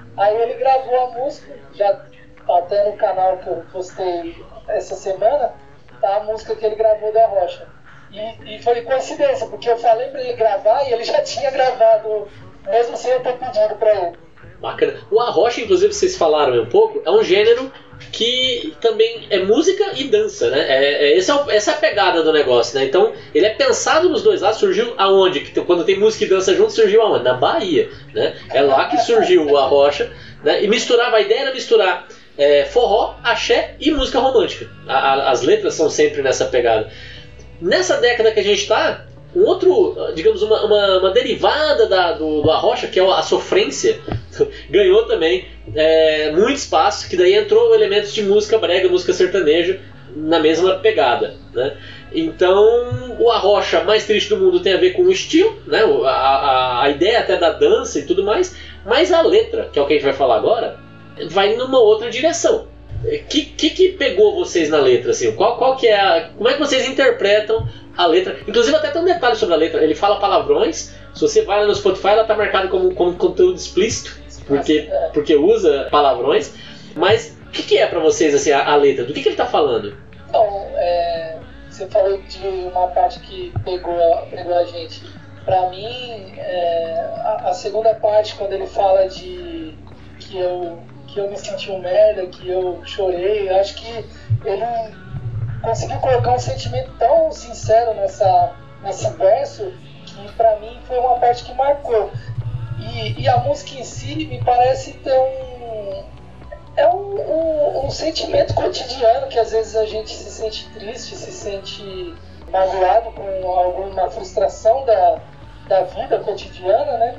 Aí ele gravou a música, já tá até no canal que eu postei essa semana, tá a música que ele gravou da Rocha. E, e foi coincidência, porque eu falei pra ele gravar e ele já tinha gravado, mesmo sem eu ter pedido pra ele. Bacana. O arrocha, inclusive, vocês falaram um pouco, é um gênero que também é música e dança, né? É, é, essa, é o, essa é a pegada do negócio, né? Então, ele é pensado nos dois lados. Surgiu aonde? Que, quando tem música e dança junto, surgiu aonde? Na Bahia, né? É lá que surgiu o arrocha, né? E misturava, a ideia era misturar é, forró, axé e música romântica. A, a, as letras são sempre nessa pegada. Nessa década que a gente está, um outro, digamos, uma, uma, uma derivada da, do, do arrocha, que é a sofrência, ganhou também é, muito espaço, que daí entrou elementos de música brega, música sertaneja, na mesma pegada, né? Então, o arrocha mais triste do mundo tem a ver com o estilo, né? a, a, a ideia até da dança e tudo mais, mas a letra, que é o que a gente vai falar agora, vai numa outra direção. O que, que, que pegou vocês na letra? Assim? Qual, qual que é a, como é que vocês interpretam a letra? Inclusive até tem um detalhe sobre a letra. Ele fala palavrões. Se você vai lá no Spotify, ela está marcada como, como conteúdo explícito, porque, porque usa palavrões. Mas o que, que é para vocês assim, a, a letra? Do que, que ele está falando? Então, é, você falou de uma parte que pegou, pegou a gente. Para mim, é, a, a segunda parte, quando ele fala de que eu... que eu me senti um merda, que eu chorei, eu acho que ele conseguiu colocar um sentimento tão sincero nessa, nesse verso que pra mim foi uma parte que marcou. E, e a música em si me parece ter um... é um, um, um sentimento cotidiano que às vezes a gente se sente triste, se sente magoado com alguma frustração da, da vida cotidiana, né?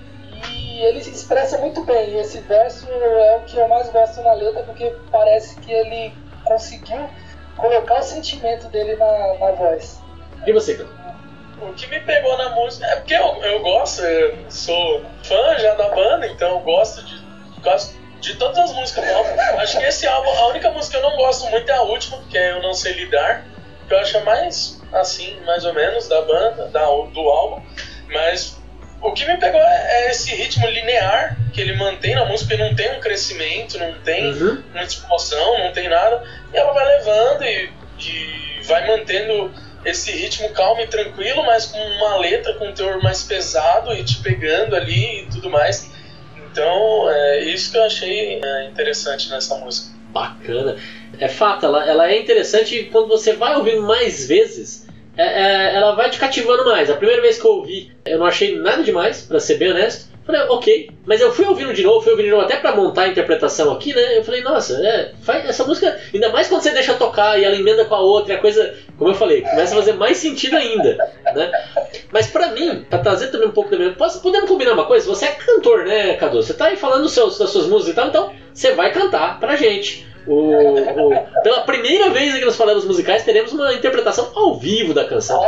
E ele se expressa muito bem, e esse verso é o que eu mais gosto na letra, porque parece que ele conseguiu colocar o sentimento dele na, na voz. E você, cara? O que me pegou na música é porque eu, eu gosto, eu sou fã já da banda, então eu gosto de, gosto de todas as músicas do álbum. Acho que esse álbum, a única música que eu não gosto muito é a última, que é Eu Não Sei Lidar, que eu acho mais assim, mais ou menos, da banda, da, do álbum, mas... O que me pegou é, é esse ritmo linear que ele mantém na música, não tem um crescimento, não tem uhum. uma explosão, não tem nada, e ela vai levando e, e vai mantendo esse ritmo calmo e tranquilo, mas com uma letra com um teor mais pesado e te pegando ali e tudo mais. Então, é isso que eu achei é, interessante nessa música. Bacana. É fato, ela, ela é interessante e quando você vai ouvindo mais vezes, É, é, ela vai te cativando mais. A primeira vez que eu ouvi, eu não achei nada demais, pra ser bem honesto. Falei, ok, mas eu fui ouvindo de novo, fui ouvindo de novo até pra montar a interpretação aqui, né? Eu falei, nossa, é, faz essa música, ainda mais quando você deixa tocar e ela emenda com a outra, e a coisa, como eu falei, começa a fazer mais sentido ainda, né? Mas pra mim, pra trazer também um pouco da minha... Podemos combinar uma coisa? Você é cantor, né, Cadu? Você tá aí falando dos seus, das suas músicas e tal, então você vai cantar pra gente. O, o, pela primeira vez aqui nos Falelos Musicais teremos uma interpretação ao vivo da canção.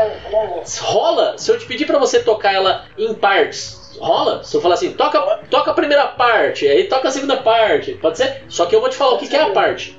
Rola se eu te pedir pra você tocar ela em partes? Rola? Se eu falar assim, toca, toca a primeira parte, aí toca a segunda parte, pode ser? Só que eu vou te falar o que, que é a parte.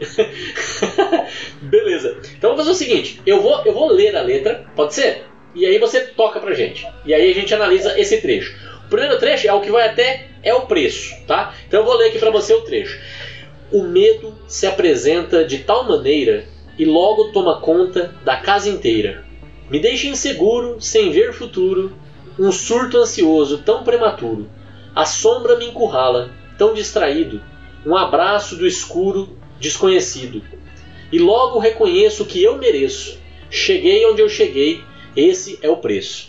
Beleza. Então vamos fazer o seguinte, eu vou, eu vou ler a letra, pode ser? E aí você toca pra gente. E aí a gente analisa esse trecho. O primeiro trecho é o que vai até é o preço, tá? Então eu vou ler aqui pra você o trecho. O medo se apresenta de tal maneira e logo toma conta da casa inteira. Me deixa inseguro, sem ver futuro, um surto ansioso tão prematuro. A sombra me encurrala, tão distraído, um abraço do escuro desconhecido. E logo reconheço que eu mereço. Cheguei onde eu cheguei, esse é o preço.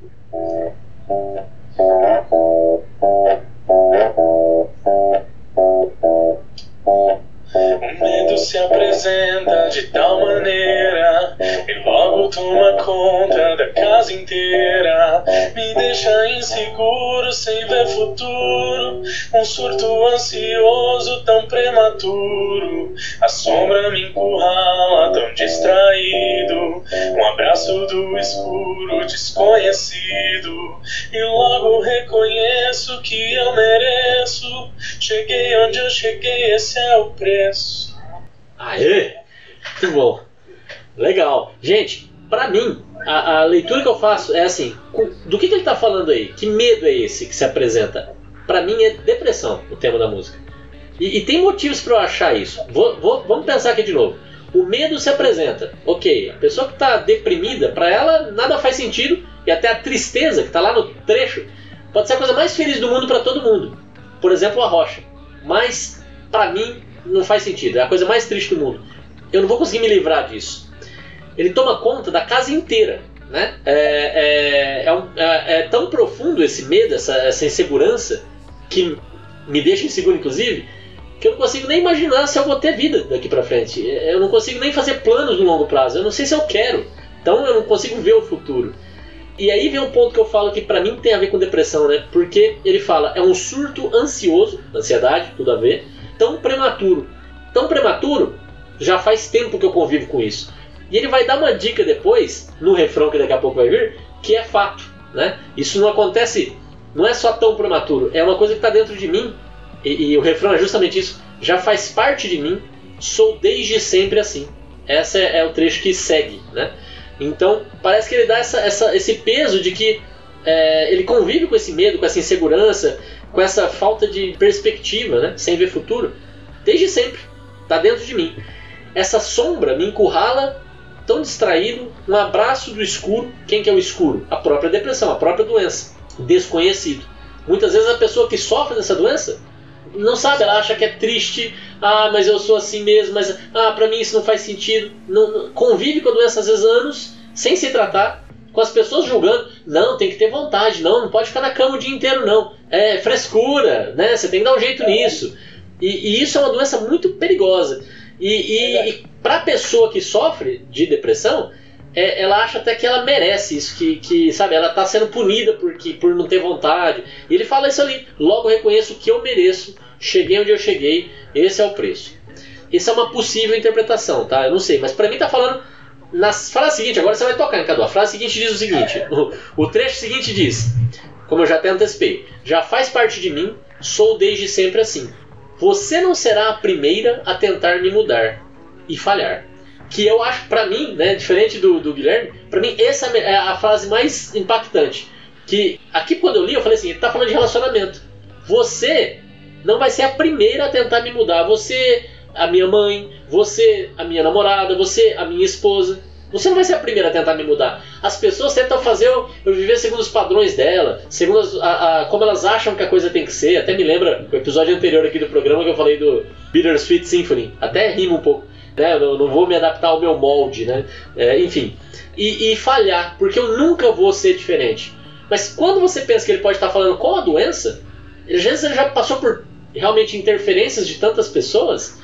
O medo se apresenta de tal maneira e logo toma conta da casa inteira. Me deixa inseguro, sem ver futuro, um surto ansioso tão prematuro. A sombra me encurrala, tão distraído, um abraço do escuro desconhecido. E logo reconheço que eu mereço. Cheguei onde eu cheguei, esse é o preço. Aê! Muito bom. Legal. Gente, pra mim, a, a leitura que eu faço é assim, do que, que ele tá falando aí? Que medo é esse que se apresenta? pra mim é depressão o tema da música. E, e tem motivos pra eu achar isso. Vou, vou, vamos pensar aqui de novo. O medo se apresenta. Ok, a pessoa que tá deprimida, pra ela nada faz sentido, e até a tristeza que tá lá no trecho pode ser a coisa mais feliz do mundo pra todo mundo. Por exemplo, a Rocha. Mas pra mim não faz sentido, é a coisa mais triste do mundo. Eu não vou conseguir me livrar disso. Ele toma conta da casa inteira, né? É, é, é, um, é, é tão profundo esse medo, essa, essa insegurança, que me deixa inseguro inclusive, que eu não consigo nem imaginar se eu vou ter vida daqui pra frente. Eu não consigo nem fazer planos no longo prazo, eu não sei se eu quero. Então eu não consigo ver o futuro. E aí vem um ponto que eu falo que pra mim tem a ver com depressão, né? Porque ele fala, é um surto ansioso, ansiedade, tudo a ver, tão prematuro. Tão prematuro, já faz tempo que eu convivo com isso. E ele vai dar uma dica depois, no refrão que daqui a pouco vai vir, que é fato, né? Isso não acontece, não é só tão prematuro, é uma coisa que está dentro de mim, e, e o refrão é justamente isso, já faz parte de mim, sou desde sempre assim. Esse é, é o trecho que segue, né? Então, parece que ele dá essa, essa, esse peso de que é, ele convive com esse medo, com essa insegurança, com essa falta de perspectiva, né? Sem ver futuro, desde sempre, está dentro de mim. Essa sombra me encurrala, tão distraído, um abraço do escuro. Quem que é o escuro? A própria depressão, a própria doença. Desconhecido. Muitas vezes a pessoa que sofre dessa doença não sabe, ela acha que é triste, ah, mas eu sou assim mesmo, mas ah, pra mim isso não faz sentido. Não, não, convive com a doença às vezes anos, sem se tratar, com as pessoas julgando, não, tem que ter vontade, não, não pode ficar na cama o dia inteiro não, é frescura, né? Você tem que dar um jeito nisso. E, e isso é uma doença muito perigosa. E, e, e para a pessoa que sofre de depressão, é, ela acha até que ela merece isso, que, que sabe, ela está sendo punida porque, por não ter vontade. E ele fala isso ali, logo reconheço que eu mereço, cheguei onde eu cheguei, esse é o preço. Essa é uma possível interpretação, tá? Eu não sei, mas para mim tá falando na frase seguinte, agora você vai tocar, hein, Cadu? A frase seguinte diz o seguinte, o, o trecho seguinte diz, como eu já até antecipei, já faz parte de mim, sou desde sempre assim. Você não será a primeira a tentar me mudar e falhar. Que eu acho, pra mim, né, diferente do, do Guilherme, pra mim essa é a frase mais impactante. Que aqui quando eu li, eu falei assim, ele tá falando de relacionamento. Você não vai ser a primeira a tentar me mudar. Você, a minha mãe, você, a minha namorada, você, a minha esposa. Você não vai ser a primeira a tentar me mudar. As pessoas tentam fazer eu, eu viver segundo os padrões dela, segundo as, a, a, como elas acham que a coisa tem que ser. Até me lembra o episódio anterior aqui do programa que eu falei do Bittersweet Symphony. Até rima um pouco, né? Eu não vou me adaptar ao meu molde, né? É, enfim. E, e falhar, porque eu nunca vou ser diferente. Mas quando você pensa que ele pode estar falando com a doença, às vezes ele já passou por realmente interferências de tantas pessoas,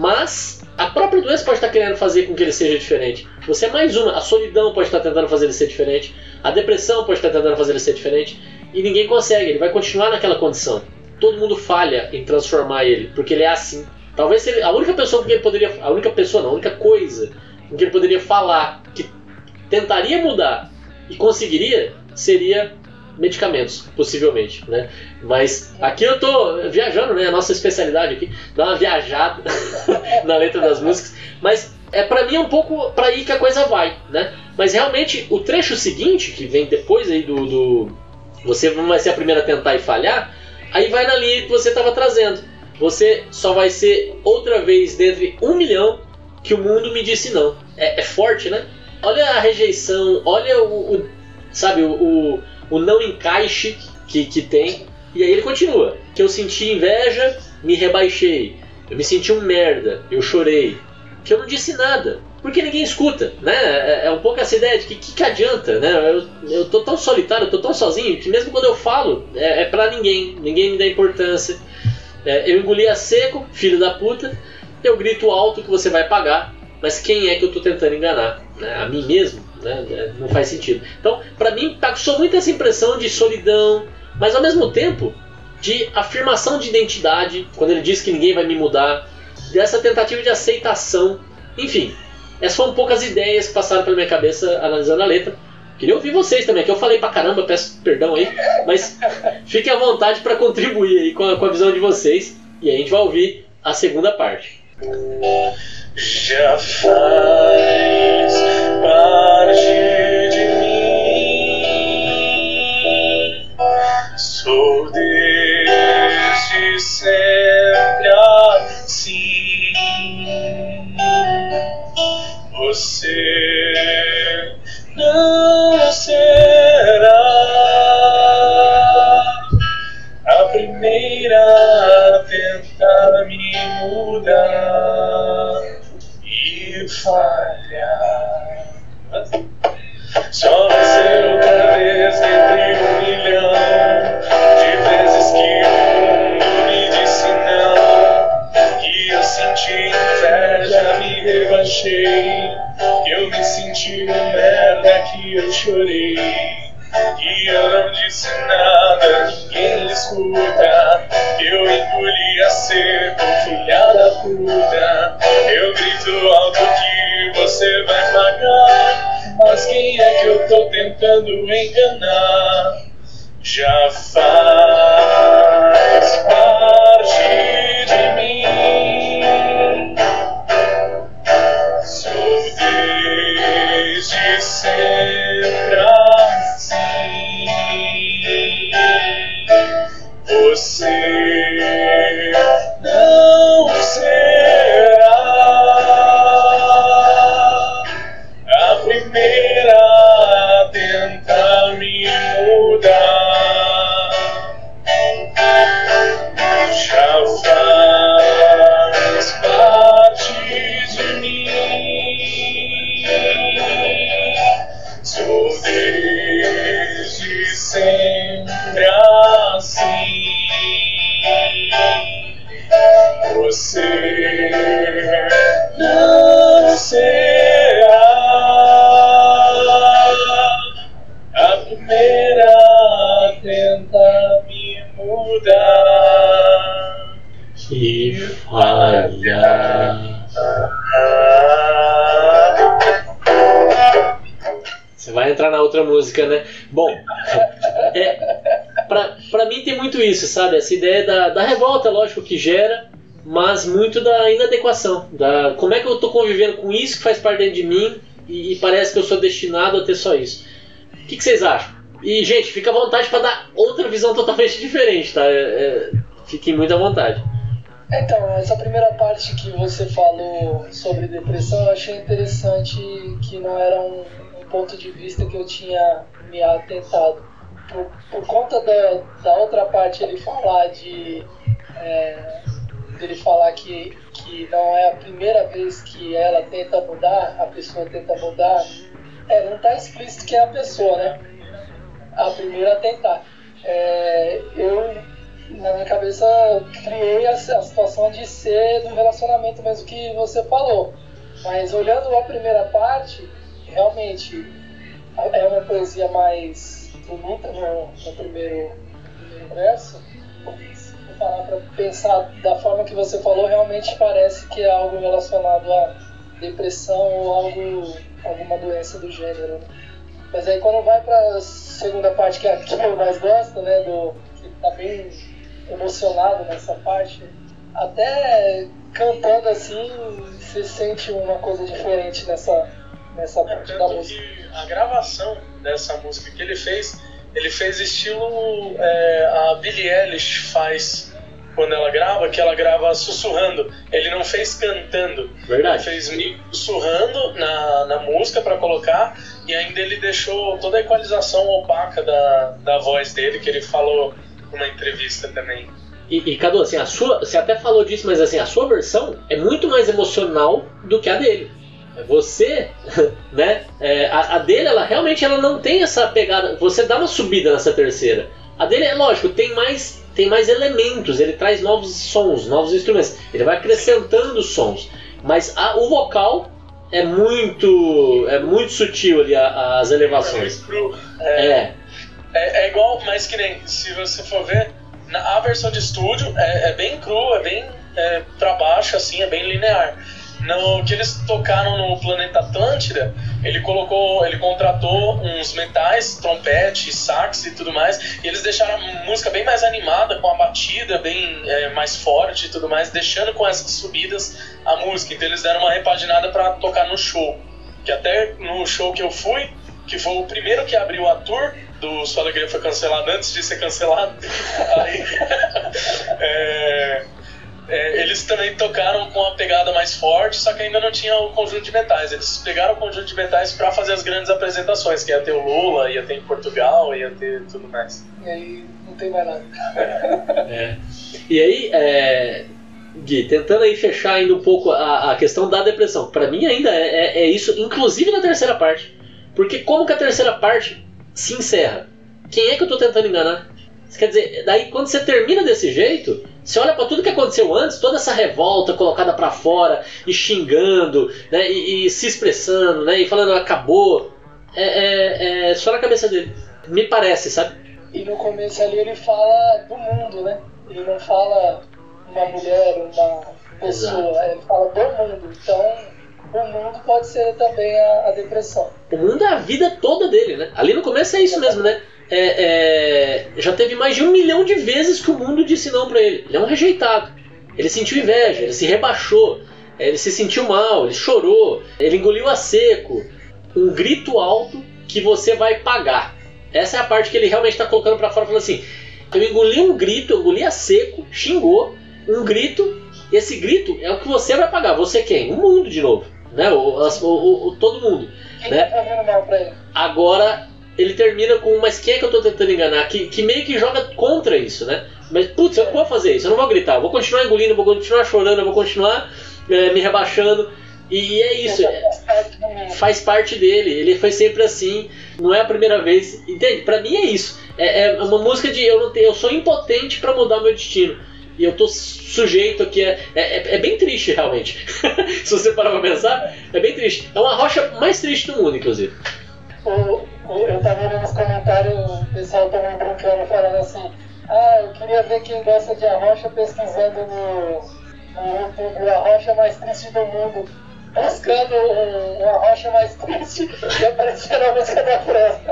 mas a própria doença pode estar querendo fazer com que ele seja diferente. Você é mais uma. A solidão pode estar tentando fazer ele ser diferente. A depressão pode estar tentando fazer ele ser diferente. E ninguém consegue. Ele vai continuar naquela condição. Todo mundo falha em transformar ele, porque ele é assim. Talvez ele, a única pessoa com que ele poderia... A única pessoa não, a única coisa com que ele poderia falar que tentaria mudar e conseguiria seria medicamentos, possivelmente, né? Mas aqui eu tô viajando, né? A nossa especialidade aqui, dar uma viajada na letra das músicas, mas é, pra mim é um pouco pra aí que a coisa vai, né? Mas realmente o trecho seguinte, que vem depois aí do, do você não vai ser a primeira a tentar e falhar, aí vai na linha que você estava trazendo. Você só vai ser outra vez dentre um milhão que o mundo me disse não. É, é forte, né? Olha a rejeição, olha o, o sabe, o, o, o não encaixe que, que tem. E aí ele continua. Que eu senti inveja, me rebaixei. Eu me senti um merda, eu chorei. Que eu não disse nada, porque ninguém escuta, né? É, é um pouco essa ideia de que que, que adianta, né? Eu, eu tô tão solitário, eu tô tão sozinho, que mesmo quando eu falo, é, é pra ninguém. Ninguém me dá importância. É, eu engoli a seco, filho da puta. Eu grito alto que você vai pagar. Mas quem é que eu tô tentando enganar? Né? A mim mesmo? Né? Não faz sentido. Então, pra mim, passou muito essa impressão de solidão, mas ao mesmo tempo de afirmação de identidade, quando ele diz que ninguém vai me mudar, dessa tentativa de aceitação. Enfim, essas foram poucas ideias que passaram pela minha cabeça analisando a letra. Queria ouvir vocês também, que eu falei pra caramba, peço perdão aí, mas fiquem à vontade para contribuir aí com a, com a visão de vocês, e aí a gente vai ouvir a segunda parte. Já faz parte de mim, sou Deus. sempre assim. Você não será a primeira a tentar me mudar e falhar. Só vai ser outra vez entre um milhão de vezes que o mundo me disse não, que eu senti inveja, me rebaixei, que eu me senti uma merda, que eu chorei, que eu não disse nada, ninguém escuta, que eu engoli a seco, filha da puta. Eu grito alto que você vai pagar, mas quem é que eu tô tentando enganar? Já faz parte de mim. Sou desde sempre assim. Você não será a primeira a tentar me mudar. Já faz parte de mim. Sou desde sempre assim. Você não será a primeira a tentar me mudar e falhar. Você vai entrar na outra música, né? Bom, é, pra, pra mim tem muito isso, sabe? Essa ideia da, da revolta, lógico que gera, mas muito da inadequação. Da, como é que eu tô convivendo com isso que faz parte dentro de mim e, e parece que eu sou destinado a ter só isso. O que, que vocês acham? E, gente, fica à vontade para dar outra visão totalmente diferente, tá? É, é, fiquem muito à vontade. Então, essa primeira parte que você falou sobre depressão, eu achei interessante, que não era um, um ponto de vista que eu tinha me atentado. Por, por conta da, da outra parte, ele falar de... É, ele falar que, que não é a primeira vez que ela tenta mudar, a pessoa tenta mudar, é, não está explícito que é a pessoa, né? A primeira a tentar. É, eu, na minha cabeça, criei a, a situação de ser do relacionamento mesmo que você falou. Mas olhando a primeira parte, realmente é uma poesia mais bonita no, no primeiro, primeiro verso. Parar para pensar da forma que você falou, realmente parece que é algo relacionado a depressão ou algo, alguma doença do gênero, né? Mas aí quando vai para a segunda parte, que é a que eu mais gosto, né, do, que tá bem emocionado nessa parte, até cantando assim, você sente uma coisa diferente nessa, nessa parte é, da música. Que a gravação dessa música que ele fez, ele fez estilo é, a Billie Eilish faz quando ela grava, que ela grava sussurrando. Ele não fez cantando. Verdade. Ele fez sussurrando na, na música para colocar, e ainda ele deixou toda a equalização opaca da, da voz dele, que ele falou numa entrevista também. E, e Cadu, assim, a sua, você até falou disso, mas assim, a sua versão é muito mais emocional do que a dele. Você, né, é, a, a dele, ela realmente ela não tem essa pegada. Você dá uma subida nessa terceira. A dele, é lógico, tem mais, tem mais elementos, ele traz novos sons, novos instrumentos. Ele vai acrescentando sons. Mas a, o vocal é muito, é muito sutil ali, a, as elevações. É, é. É, é igual, mas que nem, se você for ver, na, a versão de estúdio é, é bem cru, é bem é, pra baixo, assim, é bem linear. No que eles tocaram no Planeta Atlântida, ele colocou, ele contratou uns metais, trompete, sax e tudo mais, e eles deixaram a música bem mais animada, com a batida bem é, mais forte e tudo mais, deixando com essas subidas a música. Então eles deram uma repaginada pra tocar no show, que até no show que eu fui, que foi o primeiro que abriu a tour do Sua Alegria Foi Cancelado antes de ser cancelado. Aí, é, é, eles também tocaram com uma pegada mais forte, só que ainda não tinha o conjunto de metais. Eles pegaram o conjunto de metais para fazer as grandes apresentações, que ia ter o Lula, ia ter em Portugal, ia ter tudo mais. E aí não tem mais nada. É. E aí, é, Gui, tentando aí fechar ainda um pouco a, a questão da depressão. Pra mim ainda é, é, é isso, inclusive na terceira parte. Porque como que a terceira parte se encerra? Quem é que eu tô tentando enganar? Quer dizer, daí quando você termina desse jeito, você olha pra tudo que aconteceu antes, toda essa revolta colocada pra fora, e xingando, né, e, e se expressando, né, e falando acabou, é, é, é só na cabeça dele. Me parece, sabe? E no começo ali ele fala do mundo, né? Ele não fala uma mulher, uma pessoa, Exato. ele fala do mundo. Então, o mundo pode ser também a, a depressão. O mundo é a vida toda dele, né? Ali no começo é isso mesmo, né? É, é, já teve mais de um milhão de vezes que o mundo disse não pra ele. Ele é um rejeitado. Ele sentiu inveja, ele se rebaixou, ele se sentiu mal, ele chorou, ele engoliu a seco. Um grito alto que você vai pagar. Essa é a parte que ele realmente está colocando pra fora, falando assim: eu engoli um grito, eu engoli a seco, xingou, um grito, e esse grito é o que você vai pagar. Você quem? O mundo de novo, né? O, o, o, todo mundo. Quem Né? tá fazendo mal pra ele? Agora ele termina com, mas quem é que eu tô tentando enganar? Que, que meio que joga contra isso, né? Mas, putz, eu não vou fazer isso, eu não vou gritar, eu vou continuar engolindo, eu vou continuar chorando, eu vou continuar é, me rebaixando. E é isso, é, faz parte dele, ele foi sempre assim, não é a primeira vez, entende? Pra mim é isso, é, é uma música de eu, não tenho, eu sou impotente pra mudar meu destino, e eu tô sujeito aqui, é, é, é bem triste realmente, se você parar pra pensar, é bem triste, é uma rocha mais triste do mundo, inclusive. O, o, eu tava vendo nos comentários o pessoal também brincando, falando assim: ah, eu queria ver quem gosta de Arrocha pesquisando no, no YouTube a rocha mais triste do mundo. Buscando uma rocha mais triste e aparecendo a música da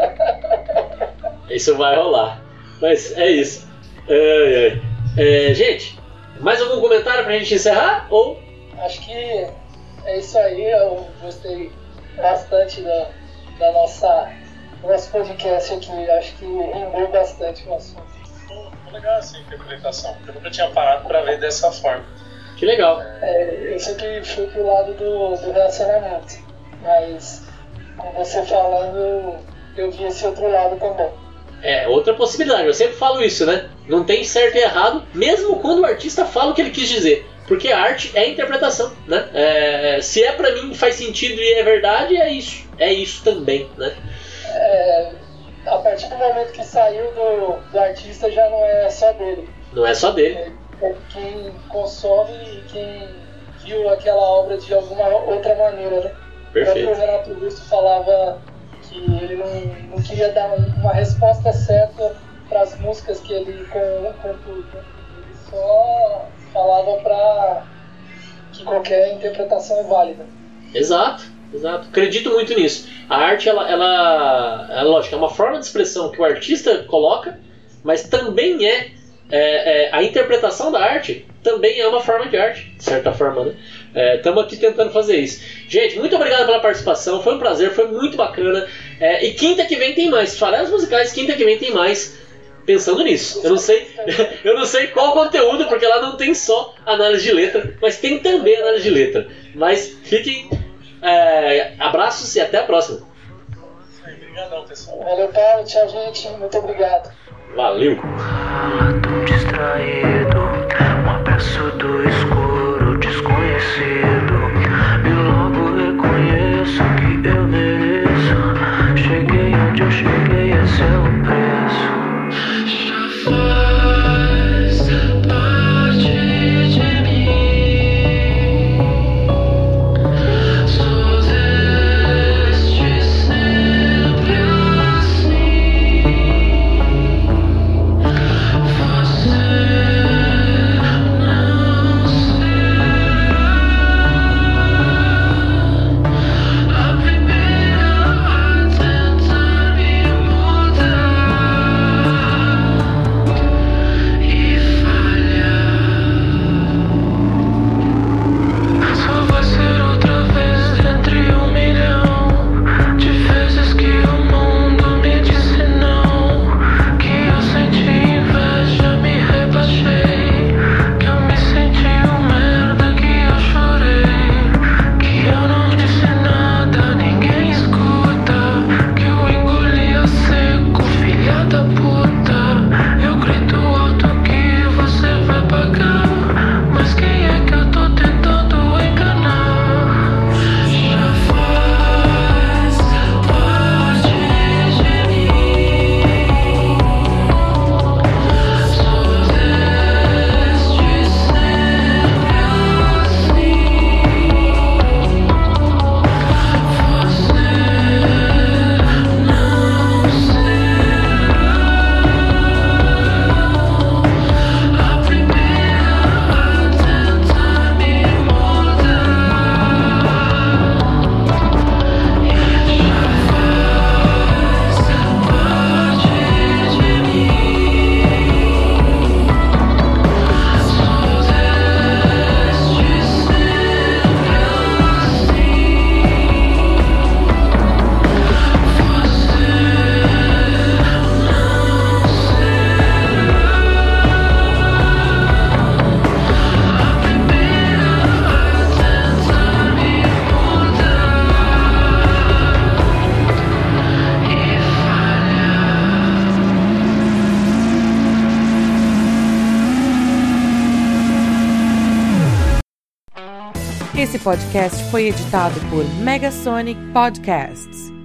França. Isso vai rolar. Mas é isso. Ai, ai. É, gente, mais algum comentário pra gente encerrar? Ou... Acho que é isso aí. Eu gostei bastante da, da nossa, do nosso podcast aqui. Acho que rendeu bastante o assunto. Foi legal essa interpretação, porque eu nunca tinha parado pra ver dessa forma. Que legal. É, eu sempre fui pro lado do, do relacionamento, mas com você falando, eu vi esse outro lado também. É, outra possibilidade, eu sempre falo isso, né? Não tem certo e errado, mesmo quando o artista fala o que ele quis dizer. Porque a arte é interpretação, né? É, se é pra mim, faz sentido e é verdade, é isso. É isso também, né? É, a partir do momento que saiu do, do artista, já não é só dele. Não é só dele. É quem consome e quem viu aquela obra de alguma outra maneira, né? Perfeito. O Renato Russo falava que ele não, não queria dar uma resposta certa para as músicas que ele compôs. Ele só falava para que qualquer interpretação é válida. Exato, exato. Acredito muito nisso. A arte, ela, ela, é lógico, é uma forma de expressão que o artista coloca, mas também é É, é, a interpretação da arte também é uma forma de arte, de certa forma, né? Estamos é, aqui tentando fazer isso. Gente, muito obrigado pela participação, foi um prazer, foi muito bacana. É, e quinta que vem tem mais, farelas musicais, quinta que vem tem mais, pensando nisso. Eu não sei, eu não sei qual o conteúdo, porque lá não tem só análise de letra, mas tem também análise de letra. Mas fiquem, é, abraços e até a próxima. Obrigadão, pessoal. Valeu, Paulo, tchau, gente, muito obrigado. Valeu! Tão distraído, uma peça do escuro desconhecido. E logo reconheço que eu mereço. Cheguei onde eu cheguei, esse é o preço. Já faz parte de mim. Sou deste sempre assim. Você não sei. Esse podcast foi editado por Megasonic Podcasts.